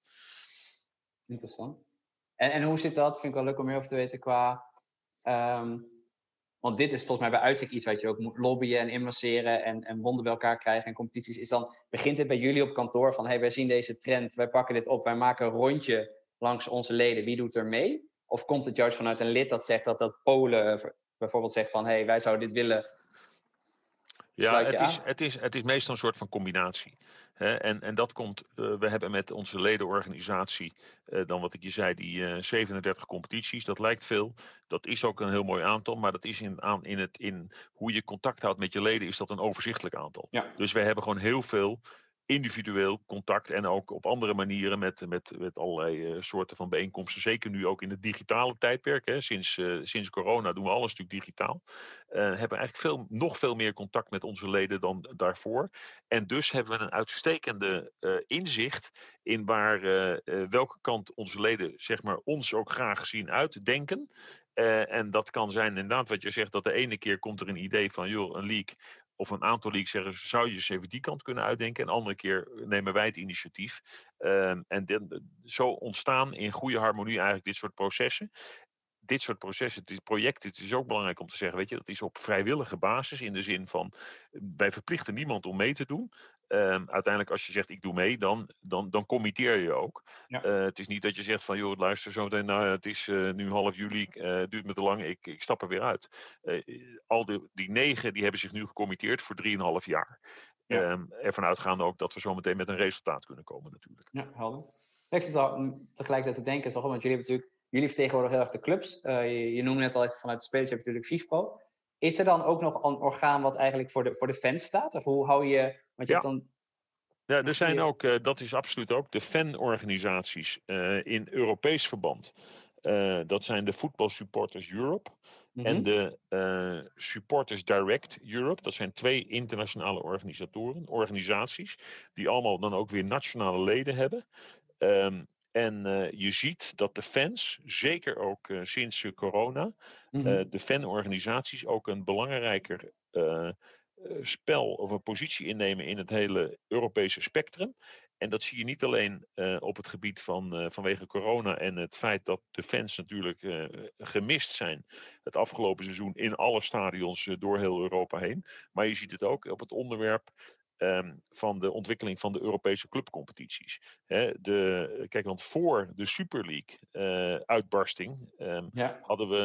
Interessant. En, en hoe zit dat? Vind ik wel leuk om meer over te weten qua... Um, want dit is volgens mij bij uitstek iets wat je ook moet lobbyen en inmasseren en, en bonden bij elkaar krijgen en competities. Is dan, begint het bij jullie op kantoor van, hey, wij zien deze trend, wij pakken dit op, wij maken een rondje langs onze leden, wie doet er mee? Of komt het juist vanuit een lid dat zegt dat dat Polen bijvoorbeeld zegt van, hé, hey, wij zouden dit willen? Ja, het is, het, is, het is meestal een soort van combinatie. He, en, en dat komt, uh, we hebben met onze ledenorganisatie, uh, dan wat ik je zei, die uh, zevenendertig competities. Dat lijkt veel. Dat is ook een heel mooi aantal. Maar dat is in, aan, in, het, in hoe je contact houdt met je leden, is dat een overzichtelijk aantal. Ja. Dus wij hebben gewoon heel veel individueel contact en ook op andere manieren met, met, met allerlei uh, soorten van bijeenkomsten. Zeker nu ook in het digitale tijdperk. Hè. Sinds, uh, sinds corona doen we alles natuurlijk digitaal. Uh, hebben we eigenlijk veel, nog veel meer contact met onze leden dan daarvoor. En dus hebben we een uitstekende uh, inzicht in waar, uh, uh, welke kant onze leden zeg maar, ons ook graag zien uitdenken. Uh, en dat kan zijn inderdaad wat je zegt, dat de ene keer komt er een idee van joh, een league of een aantal leagues zeggen, zou je eens even die kant kunnen uitdenken. En de andere keer nemen wij het initiatief. Um, en de, zo ontstaan in goede harmonie eigenlijk dit soort processen. Dit soort processen, dit project, het is ook belangrijk om te zeggen, weet je, dat is op vrijwillige basis. In de zin van, wij verplichten niemand om mee te doen. Um, uiteindelijk als je zegt, ik doe mee, dan, dan, dan committeer je ook. Ja. Uh, het is niet dat je zegt van, joh, luister zo meteen, nou, het is uh, nu half juli, uh, duurt me te lang, ik, ik stap er weer uit. Uh, al die, die negen, die hebben zich nu gecommitteerd voor drieënhalf jaar. Ja. Um, ervan uitgaande ook dat we zo meteen met een resultaat kunnen komen natuurlijk. Ja, helder. Ik zit al tegelijkertijd te denken, want jullie hebben natuurlijk, jullie vertegenwoordigen heel erg de clubs. Uh, je, je noemde net al even vanuit de spelers, je hebt natuurlijk FIFPro. Is er dan ook nog een orgaan wat eigenlijk voor de, voor de fans staat? Of hoe hou je... Want je ja. hebt dan... Ja, er zijn ook, uh, dat is absoluut ook, de fanorganisaties uh, in Europees verband. Uh, dat zijn de Football Supporters Europe mm-hmm. en de uh, Supporters Direct Europe. Dat zijn twee internationale organisatoren, organisaties, die allemaal dan ook weer nationale leden hebben. Um, En uh, je ziet dat de fans, zeker ook uh, sinds uh, corona, mm-hmm. uh, de fanorganisaties ook een belangrijker uh, uh, spel of een positie innemen in het hele Europese spectrum. En dat zie je niet alleen uh, op het gebied van uh, vanwege corona en het feit dat de fans natuurlijk uh, gemist zijn het afgelopen seizoen in alle stadions uh, door heel Europa heen. Maar je ziet het ook op het onderwerp Um, van de ontwikkeling van de Europese clubcompetities. He, de, kijk, want voor de Super League uh, uitbarsting um, ja. hadden we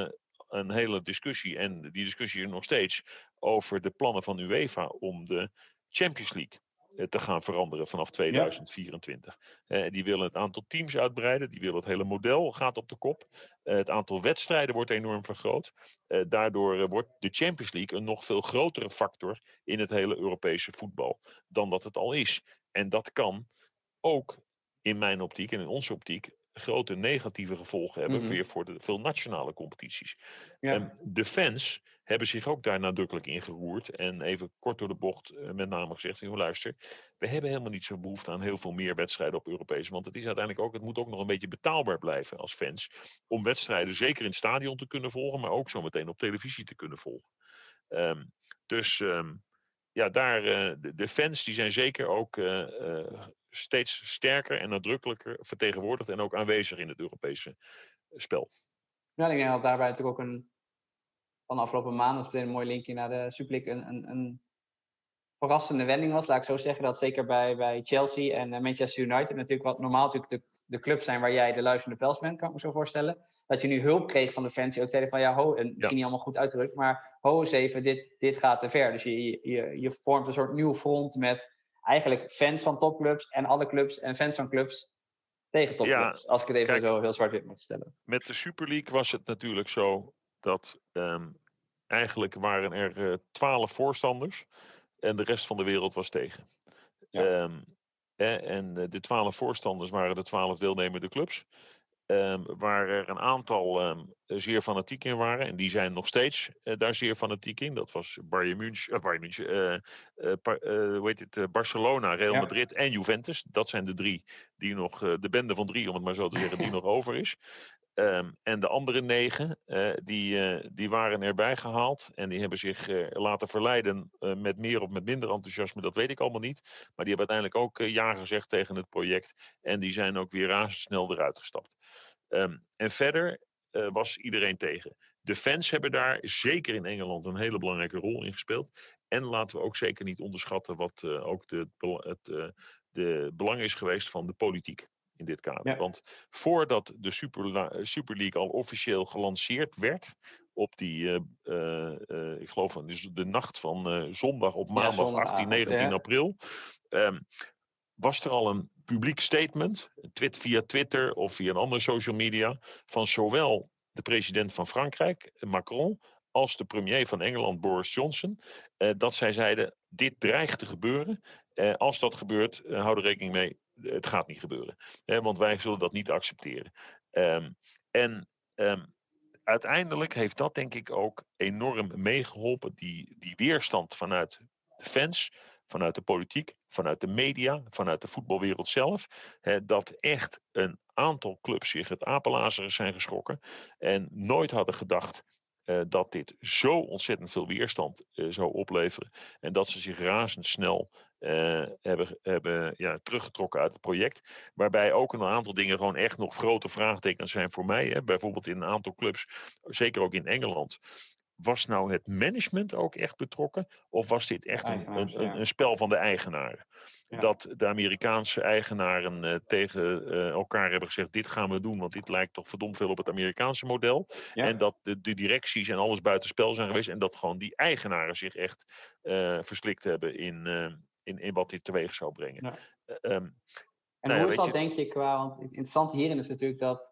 een hele discussie, en die discussie is nog steeds, over de plannen van UEFA om de Champions League te gaan veranderen vanaf tweeduizend vierentwintig. Ja. Uh, die willen het aantal teams uitbreiden. Die willen het hele model gaat op de kop. Uh, het aantal wedstrijden wordt enorm vergroot. Uh, daardoor uh, wordt de Champions League een nog veel grotere factor in het hele Europese voetbal dan dat het al is. En dat kan ook in mijn optiek en in onze optiek grote negatieve gevolgen hebben mm-hmm. weer voor de veel nationale competities. Ja. En de fans hebben zich ook daar nadrukkelijk in geroerd en even kort door de bocht uh, met name gezegd, joh, luister, we hebben helemaal niet zo'n behoefte aan heel veel meer wedstrijden op Europees, want het is uiteindelijk ook, het moet ook nog een beetje betaalbaar blijven als fans, om wedstrijden zeker in het stadion te kunnen volgen, maar ook zo meteen op televisie te kunnen volgen. Um, dus um, ja, daar, uh, de, de fans die zijn zeker ook uh, uh, steeds sterker en nadrukkelijker vertegenwoordigd en ook aanwezig in het Europese spel. Ja, ik denk dat daarbij natuurlijk ook een, van de afgelopen maanden, dat is meteen een mooi linkje naar de Super League, een, een, een verrassende wending was. Laat ik zo zeggen, dat zeker bij, bij Chelsea en Manchester United natuurlijk, wat normaal natuurlijk de, de clubs zijn waar jij de luisterende pels bent, kan ik me zo voorstellen. Dat je nu hulp kreeg van de fans die ook zeiden van ja, ho, en misschien ja. niet allemaal goed uitgedrukt, maar ho eens even, dit, dit gaat te ver. Dus je, je, je vormt een soort nieuw front met eigenlijk fans van topclubs en alle clubs en fans van clubs tegen topclubs. Ja, als ik het even kijk, zo heel zwart-wit moet stellen. Met de Super League was het natuurlijk zo dat um, eigenlijk waren er twaalf uh, voorstanders en de rest van de wereld was tegen. Ja. Um, eh, en de twaalf voorstanders waren de twaalf deelnemende clubs. Um, waar er een aantal um, zeer fanatiek in waren. En die zijn nog steeds uh, daar zeer fanatiek in. Dat was Bayern München, uh, Bayern München uh, uh, pa, uh, hoe heet het, uh, Barcelona, Real ja. Madrid en Juventus. Dat zijn de drie die nog, uh, de bende van drie, om het maar zo te zeggen, die nog over is. Um, en de andere negen, uh, die, uh, die waren erbij gehaald. En die hebben zich uh, laten verleiden uh, met meer of met minder enthousiasme. Dat weet ik allemaal niet. Maar die hebben uiteindelijk ook uh, ja gezegd tegen het project. En die zijn ook weer razendsnel eruit gestapt. Um, en verder uh, was iedereen tegen. De fans hebben daar zeker in Engeland een hele belangrijke rol in gespeeld. En laten we ook zeker niet onderschatten wat uh, ook de, het uh, de belang is geweest van de politiek in dit kader. Ja. Want voordat de Super, Super League al officieel gelanceerd werd, op die, uh, uh, uh, ik geloof dus de nacht van uh, zondag op maandag ja, achttien, negentien ja. april, um, was er al een publiek statement, twit, via Twitter of via een andere social media, van zowel de president van Frankrijk, Macron, als de premier van Engeland, Boris Johnson, uh, dat zij zeiden, dit dreigt te gebeuren. Uh, als dat gebeurt, uh, hou er rekening mee, het gaat niet gebeuren. Uh, want wij zullen dat niet accepteren. Um, en um, uiteindelijk heeft dat denk ik ook enorm meegeholpen, die, die weerstand vanuit de fans, vanuit de politiek, vanuit de media, vanuit de voetbalwereld zelf, hè, dat echt een aantal clubs zich het apenlazeren zijn geschrokken en nooit hadden gedacht uh, dat dit zo ontzettend veel weerstand uh, zou opleveren en dat ze zich razendsnel uh, hebben, hebben ja, teruggetrokken uit het project, waarbij ook een aantal dingen gewoon echt nog grote vraagtekens zijn voor mij. Hè. Bijvoorbeeld in een aantal clubs, zeker ook in Engeland. Was nou het management ook echt betrokken? Of was dit echt een, een, een, een spel van de eigenaren? Ja. Dat de Amerikaanse eigenaren uh, tegen uh, elkaar hebben gezegd, dit gaan we doen, want dit lijkt toch verdomd veel op het Amerikaanse model. Ja. En dat de, de directies en alles buitenspel zijn geweest. En dat gewoon die eigenaren zich echt uh, verslikt hebben in, uh, in, in wat dit teweeg zou brengen. Ja. Uh, um, en nou hoe ja, is dat, je... denk je, qua... Want het interessante hierin is natuurlijk dat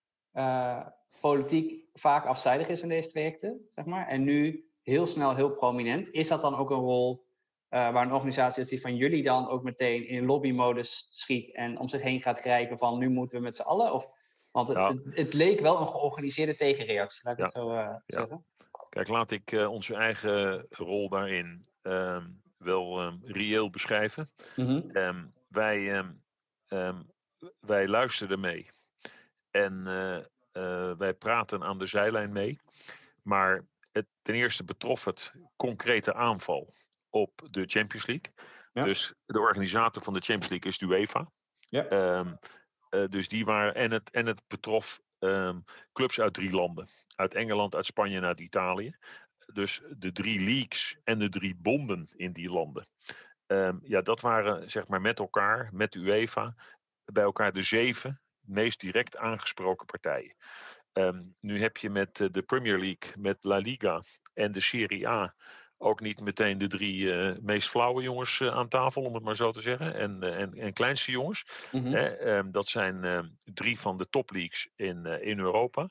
Uh, politiek vaak afzijdig is in deze trajecten, zeg maar. En nu heel snel heel prominent. Is dat dan ook een rol uh, waar een organisatie is die van jullie dan ook meteen in lobbymodus schiet en om zich heen gaat grijpen van nu moeten we met z'n allen? Of, want het, ja. het, het leek wel een georganiseerde tegenreactie, laat ik ja. het zo uh, ja. zeggen. Kijk, laat ik uh, onze eigen rol daarin um, wel um, reëel beschrijven. Mm-hmm. Um, wij, um, um, wij luisterden mee. En uh, uh, wij praten aan de zijlijn mee. Maar het, ten eerste betrof het concrete aanval op de Champions League. Ja. Dus de organisator van de Champions League is de UEFA. Ja. Um, uh, dus die waren, en, het, en het betrof um, clubs uit drie landen. Uit Engeland, uit Spanje en uit Italië. Dus de drie leagues en de drie bonden in die landen. Um, ja, dat waren zeg maar met elkaar, met UEFA, bij elkaar de zeven meest direct aangesproken partijen. Um, nu heb je met uh, de Premier League, met La Liga en de Serie A ook niet meteen de drie uh, meest flauwe jongens uh, aan tafel, om het maar zo te zeggen. En, uh, en, en kleinste jongens. Mhm. Hè? Um, dat zijn uh, drie van de topleagues in, uh, in Europa.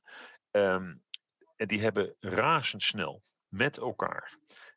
Um, en die hebben razendsnel met elkaar,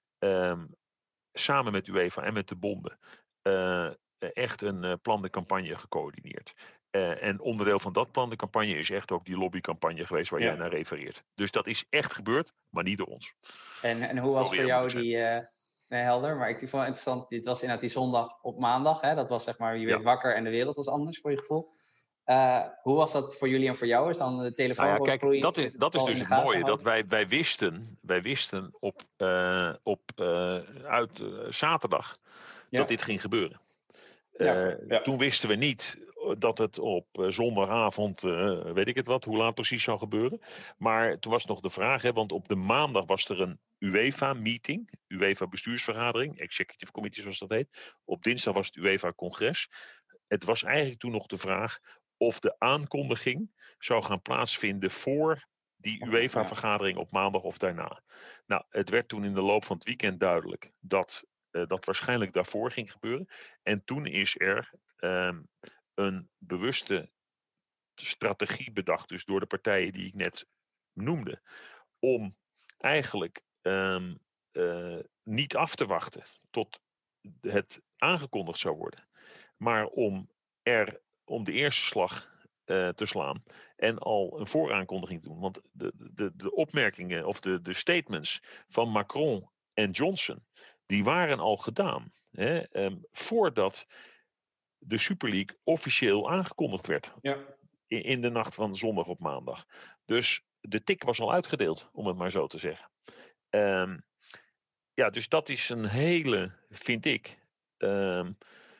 um, samen met UEFA en met de bonden, uh, echt een uh, plan de campagne gecoördineerd. Uh, en onderdeel van dat plan de campagne is echt ook die lobbycampagne geweest waar Ja. jij naar refereert. Dus dat is echt gebeurd, maar niet door ons. En, en hoe was Sorry, voor hè, moet jou ik zeggen. die... Uh, nee, helder, maar ik vond het wel interessant. Dit was inderdaad die zondag op maandag. Hè? Dat was zeg maar, je werd Ja. wakker en de wereld was anders voor je gevoel. Uh, hoe was dat voor jullie en voor jou? Is dan de telefoon Nou ja, kijk, groeien? dat Of is, is het dat is vooral in dus de het gaten mooie. Dat houden? wij, wij wisten, wij wisten op, uh, op uh, uit uh, zaterdag Ja. dat dit ging gebeuren. Uh, Ja, okay. Ja. Toen wisten we niet dat het op uh, zondagavond, uh, weet ik het wat, hoe laat precies zou gebeuren. Maar toen was nog de vraag, hè, want op de maandag was er een UEFA-meeting, UEFA-bestuursvergadering, Executive Committee zoals dat heet. Op dinsdag was het UEFA-congres. Het was eigenlijk toen nog de vraag of de aankondiging zou gaan plaatsvinden voor die UEFA-vergadering op maandag of daarna. Nou, het werd toen in de loop van het weekend duidelijk dat uh, dat waarschijnlijk daarvoor ging gebeuren. En toen is er um, een bewuste strategie bedacht, dus door de partijen die ik net noemde, om eigenlijk um, uh, niet af te wachten tot het aangekondigd zou worden, maar om er om de eerste slag uh, te slaan en al een vooraankondiging te doen. Want de, de, de opmerkingen of de, de statements van Macron en Johnson, die waren al gedaan. Hè, um, voordat de Super League officieel aangekondigd werd. Ja. In, in de nacht van zondag op maandag. Dus de tik was al uitgedeeld, om het maar zo te zeggen. Um, ja, dus dat is een hele, vind ik, um,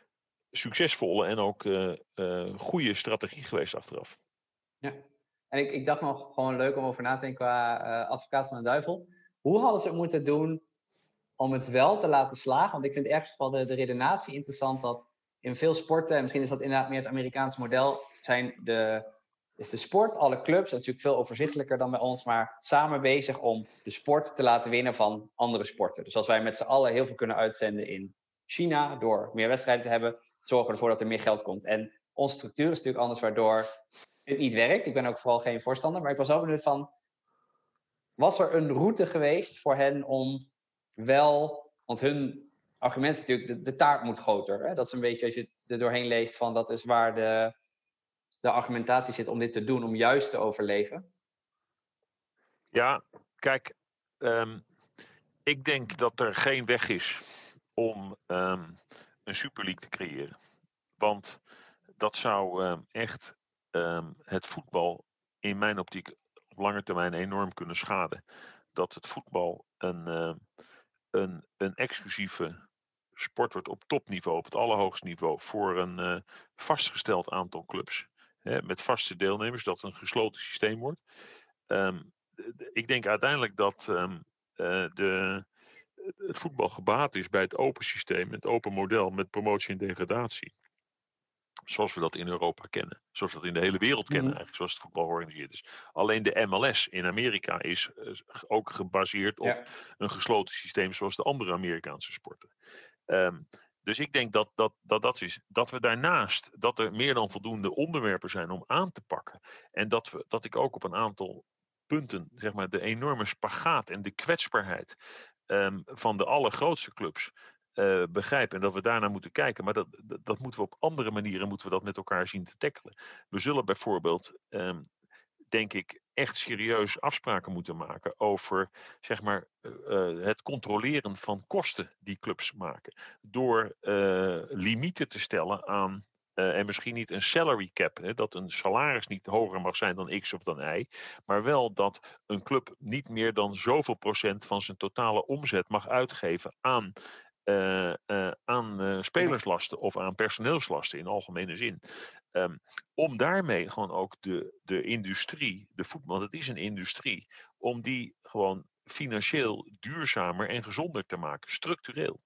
succesvolle en ook uh, uh, goede strategie geweest achteraf. Ja. En ik, ik dacht nog gewoon leuk om over na te denken qua uh, advocaat van de duivel. Hoe hadden ze het moeten doen om het wel te laten slagen? Want ik vind ergens wel de, de redenatie interessant dat in veel sporten, en misschien is dat inderdaad meer het Amerikaanse model, zijn de, is de sport, alle clubs, dat is natuurlijk veel overzichtelijker dan bij ons, maar samen bezig om de sport te laten winnen van andere sporten. Dus als wij met z'n allen heel veel kunnen uitzenden in China, door meer wedstrijden te hebben, zorgen we ervoor dat er meer geld komt. En onze structuur is natuurlijk anders, waardoor het niet werkt. Ik ben ook vooral geen voorstander, maar ik was wel benieuwd van, was er een route geweest voor hen om wel, want hun argument is natuurlijk, de, de taart moet groter. Hè? Dat is een beetje, als je er doorheen leest, van dat is waar de, de argumentatie zit om dit te doen, om juist te overleven. Ja, kijk, um, ik denk dat er geen weg is om um, een Super League te creëren. Want dat zou um, echt um, het voetbal in mijn optiek op lange termijn enorm kunnen schaden. Dat het voetbal een, uh, een, een exclusieve sport wordt op topniveau, op het allerhoogste niveau, voor een uh, vastgesteld aantal clubs. Hè, met vaste deelnemers, dat een gesloten systeem wordt. Um, ik denk uiteindelijk dat um, uh, de, het voetbal gebaat is bij het open systeem, het open model met promotie en degradatie. Zoals we dat in Europa kennen. Zoals we dat in de hele wereld kennen, mm-hmm. eigenlijk, zoals het voetbal georganiseerd is. Alleen de M L S in Amerika is uh, ook gebaseerd op ja. een gesloten systeem zoals de andere Amerikaanse sporten. Um, dus ik denk dat dat, dat dat is. Dat we daarnaast, dat er meer dan voldoende onderwerpen zijn om aan te pakken. En dat, we, dat ik ook op een aantal punten, zeg maar, de enorme spagaat en de kwetsbaarheid um, van de allergrootste clubs Uh, begrijpen en dat we daarnaar moeten kijken. Maar dat, dat, dat moeten we op andere manieren moeten we dat met elkaar zien te tackelen. We zullen bijvoorbeeld, um, denk ik, echt serieus afspraken moeten maken over, zeg maar, uh, het controleren van kosten die clubs maken. Door uh, limieten te stellen aan Uh, en misschien niet een salary cap, hè, dat een salaris niet hoger mag zijn dan X of dan Y, maar wel dat een club niet meer dan zoveel procent van zijn totale omzet mag uitgeven aan, uh, uh, aan uh, spelerslasten of aan personeelslasten in algemene zin. Um, om daarmee gewoon ook de, de industrie, de voetbal, want het is een industrie, om die gewoon financieel duurzamer en gezonder te maken, structureel.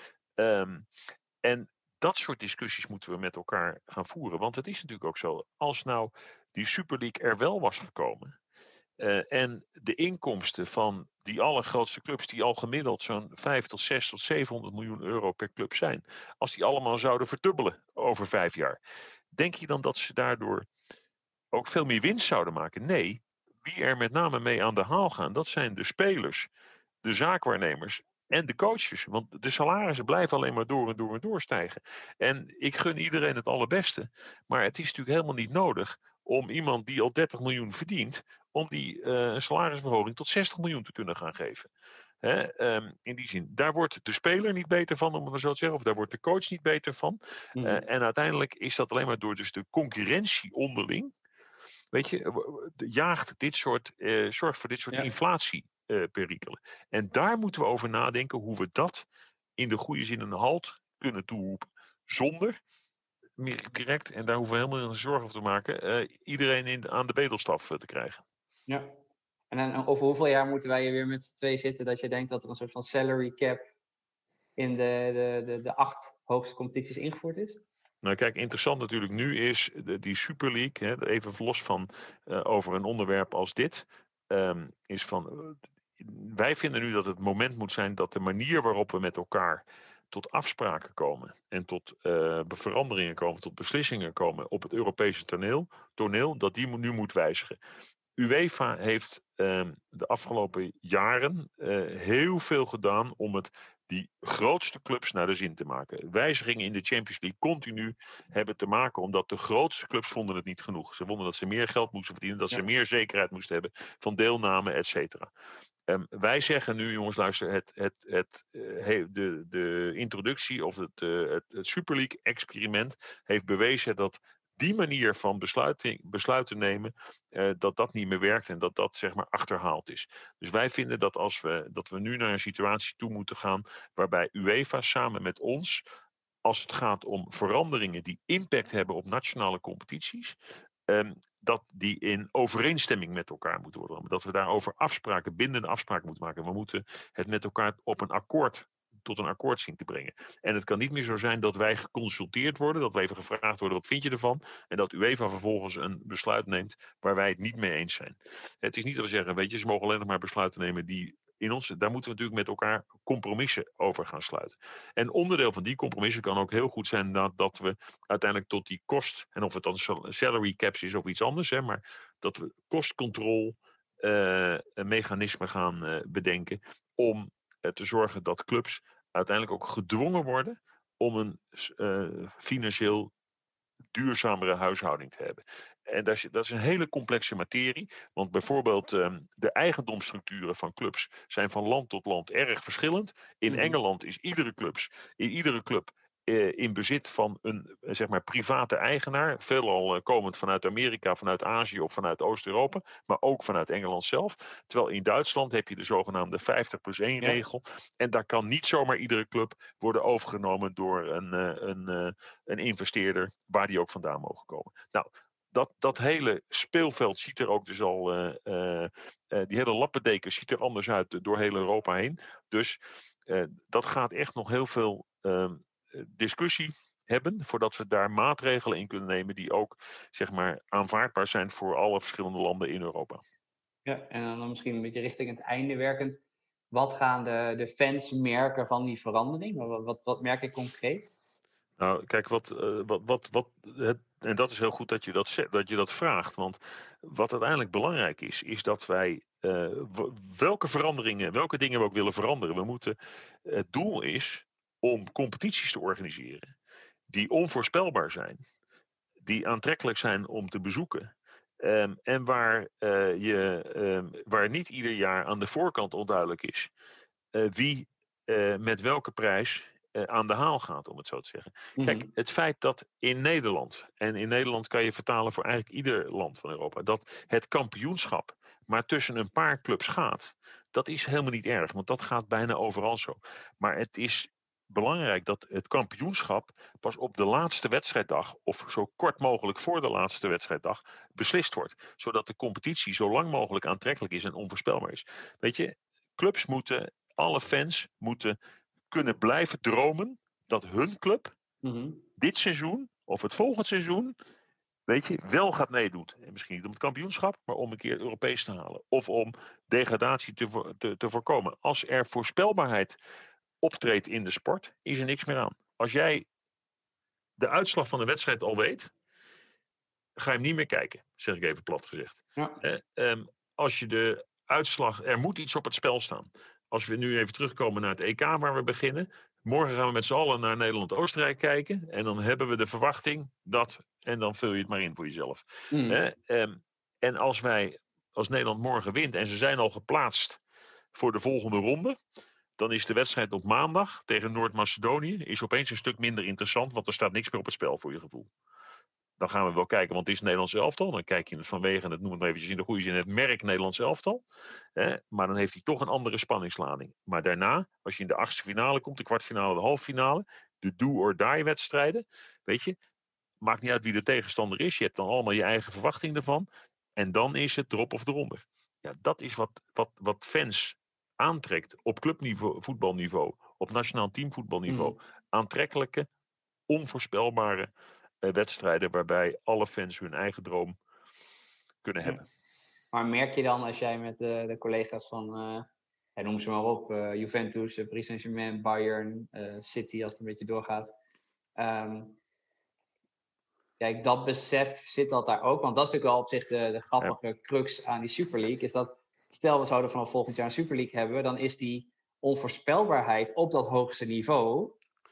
Um, en dat soort discussies moeten we met elkaar gaan voeren. Want het is natuurlijk ook zo, als nou die Super League er wel was gekomen, Uh, en de inkomsten van die allergrootste clubs, die al gemiddeld zo'n vijf tot zes tot zevenhonderd miljoen euro per club zijn, als die allemaal zouden verdubbelen over vijf jaar, denk je dan dat ze daardoor ook veel meer winst zouden maken? Nee, wie er met name mee aan de haal gaan, dat zijn de spelers, de zaakwaarnemers en de coaches. Want de salarissen blijven alleen maar door en door en door stijgen. En ik gun iedereen het allerbeste. Maar het is natuurlijk helemaal niet nodig om iemand die al dertig miljoen verdient, om die uh, een salarisverhoging tot zestig miljoen te kunnen gaan geven. Hè, um, in die zin, daar wordt de speler niet beter van, om het maar zo te zeggen. Of daar wordt de coach niet beter van. Mm. Uh, en uiteindelijk is dat alleen maar door dus de concurrentie onderling. Weet je, jaagt dit soort, uh, zorgt voor dit soort ja. inflatieperikelen. Uh, en daar moeten we over nadenken hoe we dat in de goede zin een halt kunnen toeroepen. Zonder, meer direct, en daar hoeven we helemaal geen zorgen over te maken, uh, iedereen in, aan de bedelstaf uh, te krijgen. Ja, en dan over hoeveel jaar moeten wij hier weer met z'n twee zitten dat je denkt dat er een soort van salary cap in de, de, de, de acht hoogste competities ingevoerd is? Nou kijk, interessant natuurlijk nu is de, die Super League, hè, even los van uh, over een onderwerp als dit, um, is van, uh, wij vinden nu dat het moment moet zijn dat de manier waarop we met elkaar tot afspraken komen en tot uh, veranderingen komen, tot beslissingen komen op het Europese toneel, toneel dat die nu moet wijzigen. UEFA heeft uh, de afgelopen jaren uh, heel veel gedaan om het die grootste clubs naar de zin te maken. Wijzigingen in de Champions League continu hebben te maken omdat de grootste clubs vonden het niet genoeg. Ze vonden dat ze meer geld moesten verdienen, dat ja. ze meer zekerheid moesten hebben van deelname, et cetera. Um, wij zeggen nu, jongens, luister, het, het, het, uh, de, de introductie of het, uh, het, het Super League experiment heeft bewezen dat die manier van besluiten, besluiten nemen, uh, dat dat niet meer werkt en dat dat zeg maar achterhaald is. Dus wij vinden dat als we, dat we nu naar een situatie toe moeten gaan waarbij UEFA samen met ons, als het gaat om veranderingen die impact hebben op nationale competities, um, dat die in overeenstemming met elkaar moeten worden. Dat we daarover afspraken, bindende afspraken moeten maken. We moeten het met elkaar op een akkoord tot een akkoord zien te brengen. En het kan niet meer zo zijn dat wij geconsulteerd worden, dat we even gevraagd worden, wat vind je ervan? En dat UEFA vervolgens een besluit neemt waar wij het niet mee eens zijn. Het is niet dat we zeggen, weet je, ze mogen alleen nog maar besluiten nemen die in ons, daar moeten we natuurlijk met elkaar compromissen over gaan sluiten. En onderdeel van die compromissen kan ook heel goed zijn dat, dat we uiteindelijk tot die kost, en of het dan salary caps is of iets anders, hè, maar dat we kostcontrole uh, mechanismen gaan uh, bedenken om uh, te zorgen dat clubs uiteindelijk ook gedwongen worden om een uh, financieel duurzamere huishouding te hebben. En dat is, dat is een hele complexe materie. Want bijvoorbeeld um, de eigendomsstructuren van clubs zijn van land tot land erg verschillend. In mm. Engeland is iedere, clubs, in iedere club uh, in bezit van een zeg maar, private eigenaar. Veelal uh, komend vanuit Amerika, vanuit Azië of vanuit Oost-Europa. Maar ook vanuit Engeland zelf. Terwijl in Duitsland heb je de zogenaamde vijftig plus één ja. regel. En daar kan niet zomaar iedere club worden overgenomen door een, uh, een, uh, een investeerder waar die ook vandaan mogen komen. Nou, dat, dat hele speelveld ziet er ook dus al, uh, uh, uh, die hele lappendeken ziet er anders uit door heel Europa heen. Dus uh, dat gaat echt nog heel veel uh, discussie hebben voordat we daar maatregelen in kunnen nemen die ook zeg maar aanvaardbaar zijn voor alle verschillende landen in Europa. Ja, en dan misschien een beetje richting het einde werkend. Wat gaan de, de fans merken van die verandering? Wat, wat, wat merk ik concreet? Nou, kijk, wat, uh, wat, wat, wat het, en dat is heel goed dat je dat, dat je dat vraagt. Want wat uiteindelijk belangrijk is, is dat wij uh, welke veranderingen, welke dingen we ook willen veranderen. We moeten, het doel is om competities te organiseren die onvoorspelbaar zijn, die aantrekkelijk zijn om te bezoeken. Um, en waar, uh, je, um, waar niet ieder jaar aan de voorkant onduidelijk is uh, wie uh, met welke prijs uh, aan de haal gaat, om het zo te zeggen. Mm-hmm. Kijk, het feit dat in Nederland, en in Nederland kan je vertalen voor eigenlijk ieder land van Europa, dat het kampioenschap maar tussen een paar clubs gaat, dat is helemaal niet erg, want dat gaat bijna overal zo. Maar het is belangrijk dat het kampioenschap pas op de laatste wedstrijddag of zo kort mogelijk voor de laatste wedstrijddag beslist wordt. Zodat de competitie zo lang mogelijk aantrekkelijk is en onvoorspelbaar is. Weet je, clubs moeten, alle fans moeten kunnen blijven dromen dat hun club mm-hmm. dit seizoen of het volgend seizoen weet je, wel gaat meedoen. En misschien niet om het kampioenschap, maar om een keer Europees te halen. Of om degradatie te, vo- te, te voorkomen. Als er voorspelbaarheid optreedt in de sport, is er niks meer aan. Als jij de uitslag van de wedstrijd al weet, ga je hem niet meer kijken, zeg ik even plat gezegd. Ja. Eh, um, als je de uitslag, er moet iets op het spel staan. Als we nu even terugkomen naar het E K waar we beginnen. Morgen gaan we met z'n allen naar Nederland-Oostenrijk kijken. En dan hebben we de verwachting dat, en dan vul je het maar in voor jezelf. Mm. Eh, um, en als wij, als Nederland morgen wint en ze zijn al geplaatst voor de volgende ronde, dan is de wedstrijd op maandag tegen Noord-Macedonië is opeens een stuk minder interessant, want er staat niks meer op het spel voor je gevoel. Dan gaan we wel kijken, want het is het Nederlands elftal. Dan kijk je het vanwege, en dat noemen we eventjes in de goede zin, het merk Nederlands elftal. Eh, maar dan heeft hij toch een andere spanningslading. Maar daarna, als je in de achtste finale komt, de kwartfinale, de halve finale, de do-or-die wedstrijden, weet je, maakt niet uit wie de tegenstander is. Je hebt dan allemaal je eigen verwachting ervan. En dan is het erop of eronder. Ja, dat is wat, wat, wat fans aantrekt op clubniveau, voetbalniveau, op nationaal teamvoetbalniveau. Mm. Aantrekkelijke, onvoorspelbare uh, wedstrijden waarbij alle fans hun eigen droom kunnen Ja. hebben. Maar merk je dan als jij met uh, de collega's van, uh, ja, noem ze maar op, uh, Juventus, uh, Paris Saint-Germain, Bayern, uh, City, als het een beetje doorgaat. Um, kijk, dat besef zit dat daar ook. Want dat is natuurlijk wel op zich de, de grappige ja. crux aan die Super League. Is dat, stel we zouden vanaf volgend jaar een Super League hebben, dan is die onvoorspelbaarheid op dat hoogste niveau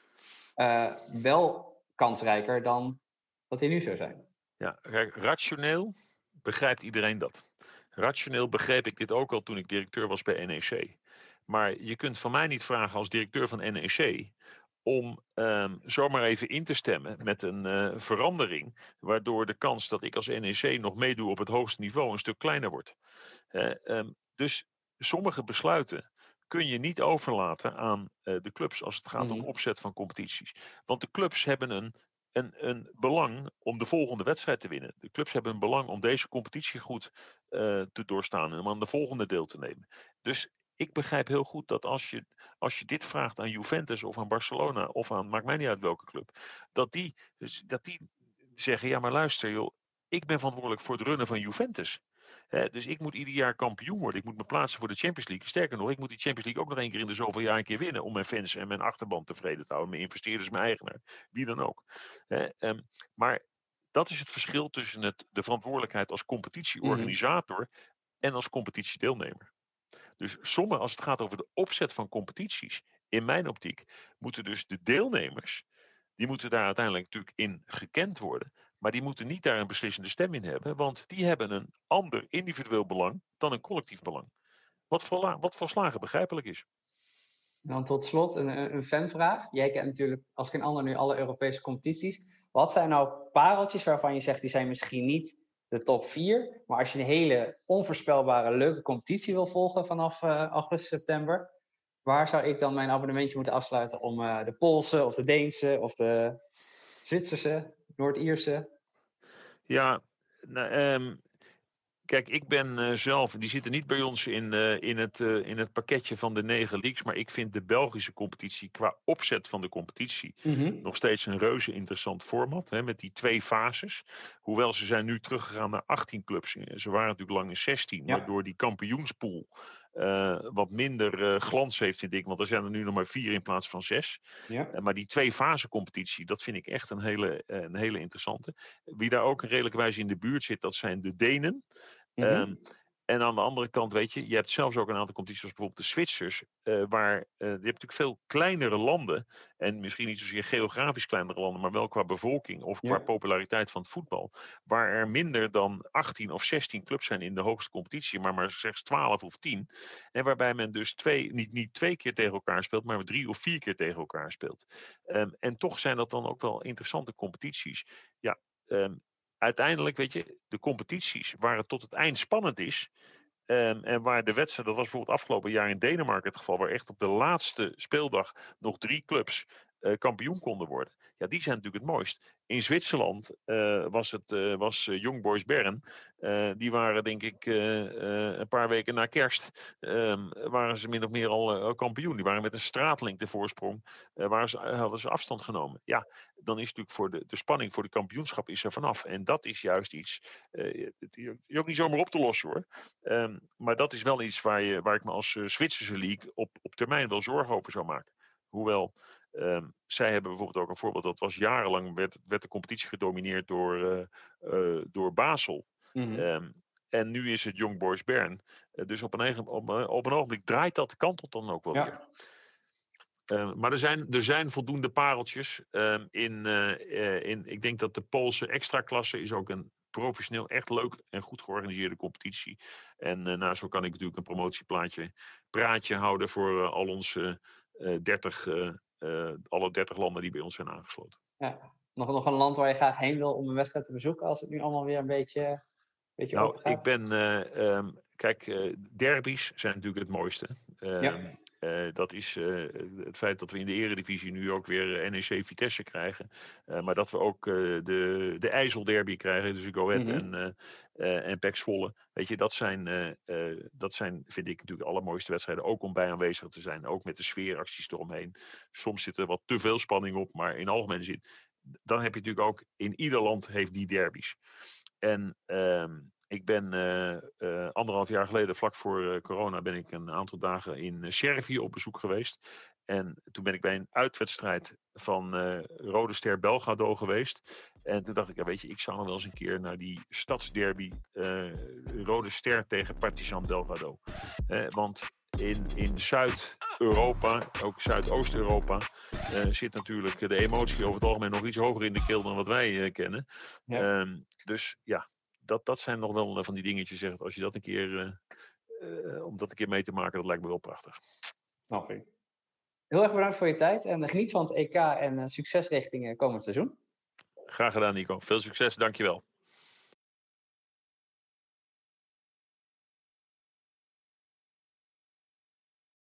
uh, wel kansrijker dan wat die nu zou zijn. Ja, rationeel begrijpt iedereen dat. Rationeel begreep ik dit ook al toen ik directeur was bij N E C. Maar je kunt van mij niet vragen als directeur van N E C om um, zomaar even in te stemmen met een uh, verandering, waardoor de kans dat ik als N E C nog meedoe op het hoogste niveau een stuk kleiner wordt. Uh, um, dus sommige besluiten kun je niet overlaten aan uh, de clubs als het gaat mm-hmm. om opzet van competities. Want de clubs hebben een Een, een belang om de volgende wedstrijd te winnen. De clubs hebben een belang om deze competitie goed uh, te doorstaan en om aan de volgende deel te nemen. Dus ik begrijp heel goed dat als je, als je dit vraagt aan Juventus of aan Barcelona of aan, maakt mij niet uit welke club, dat die, dat die zeggen, ja maar luister joh, ik ben verantwoordelijk voor het runnen van Juventus. He, dus ik moet ieder jaar kampioen worden. Ik moet me plaatsen voor de Champions League. Sterker nog, ik moet die Champions League ook nog één keer in de zoveel jaar een keer winnen. Om mijn fans en mijn achterban tevreden te houden. Mijn investeerders, mijn eigenaar. Wie dan ook. He, um, maar dat is het verschil tussen het, de verantwoordelijkheid als competitieorganisator mm-hmm. en als competitiedeelnemer. Dus sommige, als het gaat over de opzet van competities, in mijn optiek, moeten dus de deelnemers, die moeten daar uiteindelijk natuurlijk in gekend worden. Maar die moeten niet daar een beslissende stem in hebben. Want die hebben een ander individueel belang dan een collectief belang. Wat, voor, wat volslagen begrijpelijk is. En dan tot slot een, een fanvraag. Jij kent natuurlijk als geen ander nu alle Europese competities. Wat zijn nou pareltjes waarvan je zegt die zijn misschien niet de top vier. Maar als je een hele onvoorspelbare leuke competitie wil volgen vanaf uh, augustus, september. Waar zou ik dan mijn abonnementje moeten afsluiten om uh, de Poolse of de Deense of de Zwitserse, Noord-Ierse? Ja, nou, um, kijk, ik ben uh, zelf, die zitten niet bij ons in, uh, in, het, uh, in het pakketje van de negen leagues, maar ik vind de Belgische competitie qua opzet van de competitie mm-hmm. nog steeds een reuze interessant format, hè, met die twee fases. Hoewel ze zijn nu teruggegaan naar achttien clubs. Ze waren natuurlijk lang in zestien, ja. waardoor die kampioenspool Uh, wat minder uh, glans heeft, vind ik. Want er zijn er nu nog maar vier in plaats van zes. Ja. Uh, maar die twee fase competitie, dat vind ik echt een hele, uh, een hele interessante. Wie daar ook in redelijke wijze in de buurt zit, dat zijn de Denen. Mm-hmm. Um, en aan de andere kant, weet je, je hebt zelfs ook een aantal competities, zoals bijvoorbeeld de Zwitsers, uh, waar uh, je hebt natuurlijk veel kleinere landen, en misschien niet zozeer geografisch kleinere landen, maar wel qua bevolking of qua ja. populariteit van het voetbal, waar er minder dan achttien of zestien clubs zijn in de hoogste competitie, maar maar slechts twaalf of tien, en waarbij men dus twee, niet, niet twee keer tegen elkaar speelt, maar drie of vier keer tegen elkaar speelt. Um, en toch zijn dat dan ook wel interessante competities. Ja, um, uiteindelijk, weet je, de competities waar het tot het eind spannend is. Um, en waar de wedstrijd, dat was bijvoorbeeld afgelopen jaar in Denemarken het geval, waar echt op de laatste speeldag nog drie clubs uh, kampioen konden worden. Ja, die zijn natuurlijk het mooist. In Zwitserland uh, was het uh, was uh, Young Boys Bern. Uh, die waren denk ik uh, uh, een paar weken na kerst uh, waren ze min of meer al uh, kampioen. Die waren met een straatlengte voorsprong. Uh, waren ze, hadden ze afstand genomen. Ja, dan is natuurlijk voor de, de spanning voor de kampioenschap is er vanaf. En dat is juist iets. Uh, die is ook niet zomaar op te lossen hoor. Um, maar dat is wel iets waar, je, waar ik me als uh, Zwitserse league op, op termijn wel zorgen over zou maken. Hoewel, um, zij hebben bijvoorbeeld ook een voorbeeld. Dat was jarenlang werd, werd de competitie gedomineerd door, uh, uh, door Basel. Mm-hmm. Um, en nu is het Young Boys Bern. Uh, dus op een, eigen, op, uh, op een ogenblik draait dat de kant op dan ook wel ja. weer. Uh, maar er zijn, er zijn voldoende pareltjes. Uh, in, uh, uh, in, ik denk dat de Poolse extraklasse is ook een professioneel, echt leuk en goed georganiseerde competitie. En uh, nou, zo kan ik natuurlijk een promotieplaatje praatje houden voor uh, al onze uh, dertig, uh, uh, alle dertig landen die bij ons zijn aangesloten. Ja, nog, nog een land waar je graag heen wil om een wedstrijd te bezoeken als het nu allemaal weer een beetje, een beetje nou, overgaat? Ik ben, uh, um, kijk, uh, derbies zijn natuurlijk het mooiste. Uh, ja. Uh, dat is uh, het feit dat we in de eredivisie nu ook weer N E C Vitesse krijgen. Uh, maar dat we ook uh, de, de IJsselderby krijgen. Dus Go Ahead mm-hmm. en, uh, uh, en P E C Zwolle. Weet je, dat zijn, uh, uh, dat zijn, vind ik natuurlijk de allermooiste wedstrijden. Ook om bij aanwezig te zijn. Ook met de sfeeracties eromheen. Soms zit er wat te veel spanning op. Maar in algemene zin. Dan heb je natuurlijk ook, in ieder land heeft die derbies. En... Uh, Ik ben uh, uh, anderhalf jaar geleden, vlak voor uh, corona, ben ik een aantal dagen in uh, Servië op bezoek geweest. En toen ben ik bij een uitwedstrijd van uh, Rode Ster Belgrado geweest. En toen dacht ik, ja, weet je, ik zou nog wel eens een keer naar die stadsderby uh, Rode Ster tegen Partizan Belgrado. Uh, want in, in Zuid-Europa, ook Zuidoost-Europa, uh, zit natuurlijk de emotie over het algemeen nog iets hoger in de keel dan wat wij uh, kennen. Ja. Um, dus ja. Dat, dat zijn nog wel van die dingetjes, zeg, als je dat een keer, uh, uh, om dat een keer mee te maken, dat lijkt me wel prachtig. Snap ik. Heel erg bedankt voor je tijd en geniet van het E K en uh, succes richting uh, komend seizoen. Graag gedaan, Nico. Veel succes, dankjewel.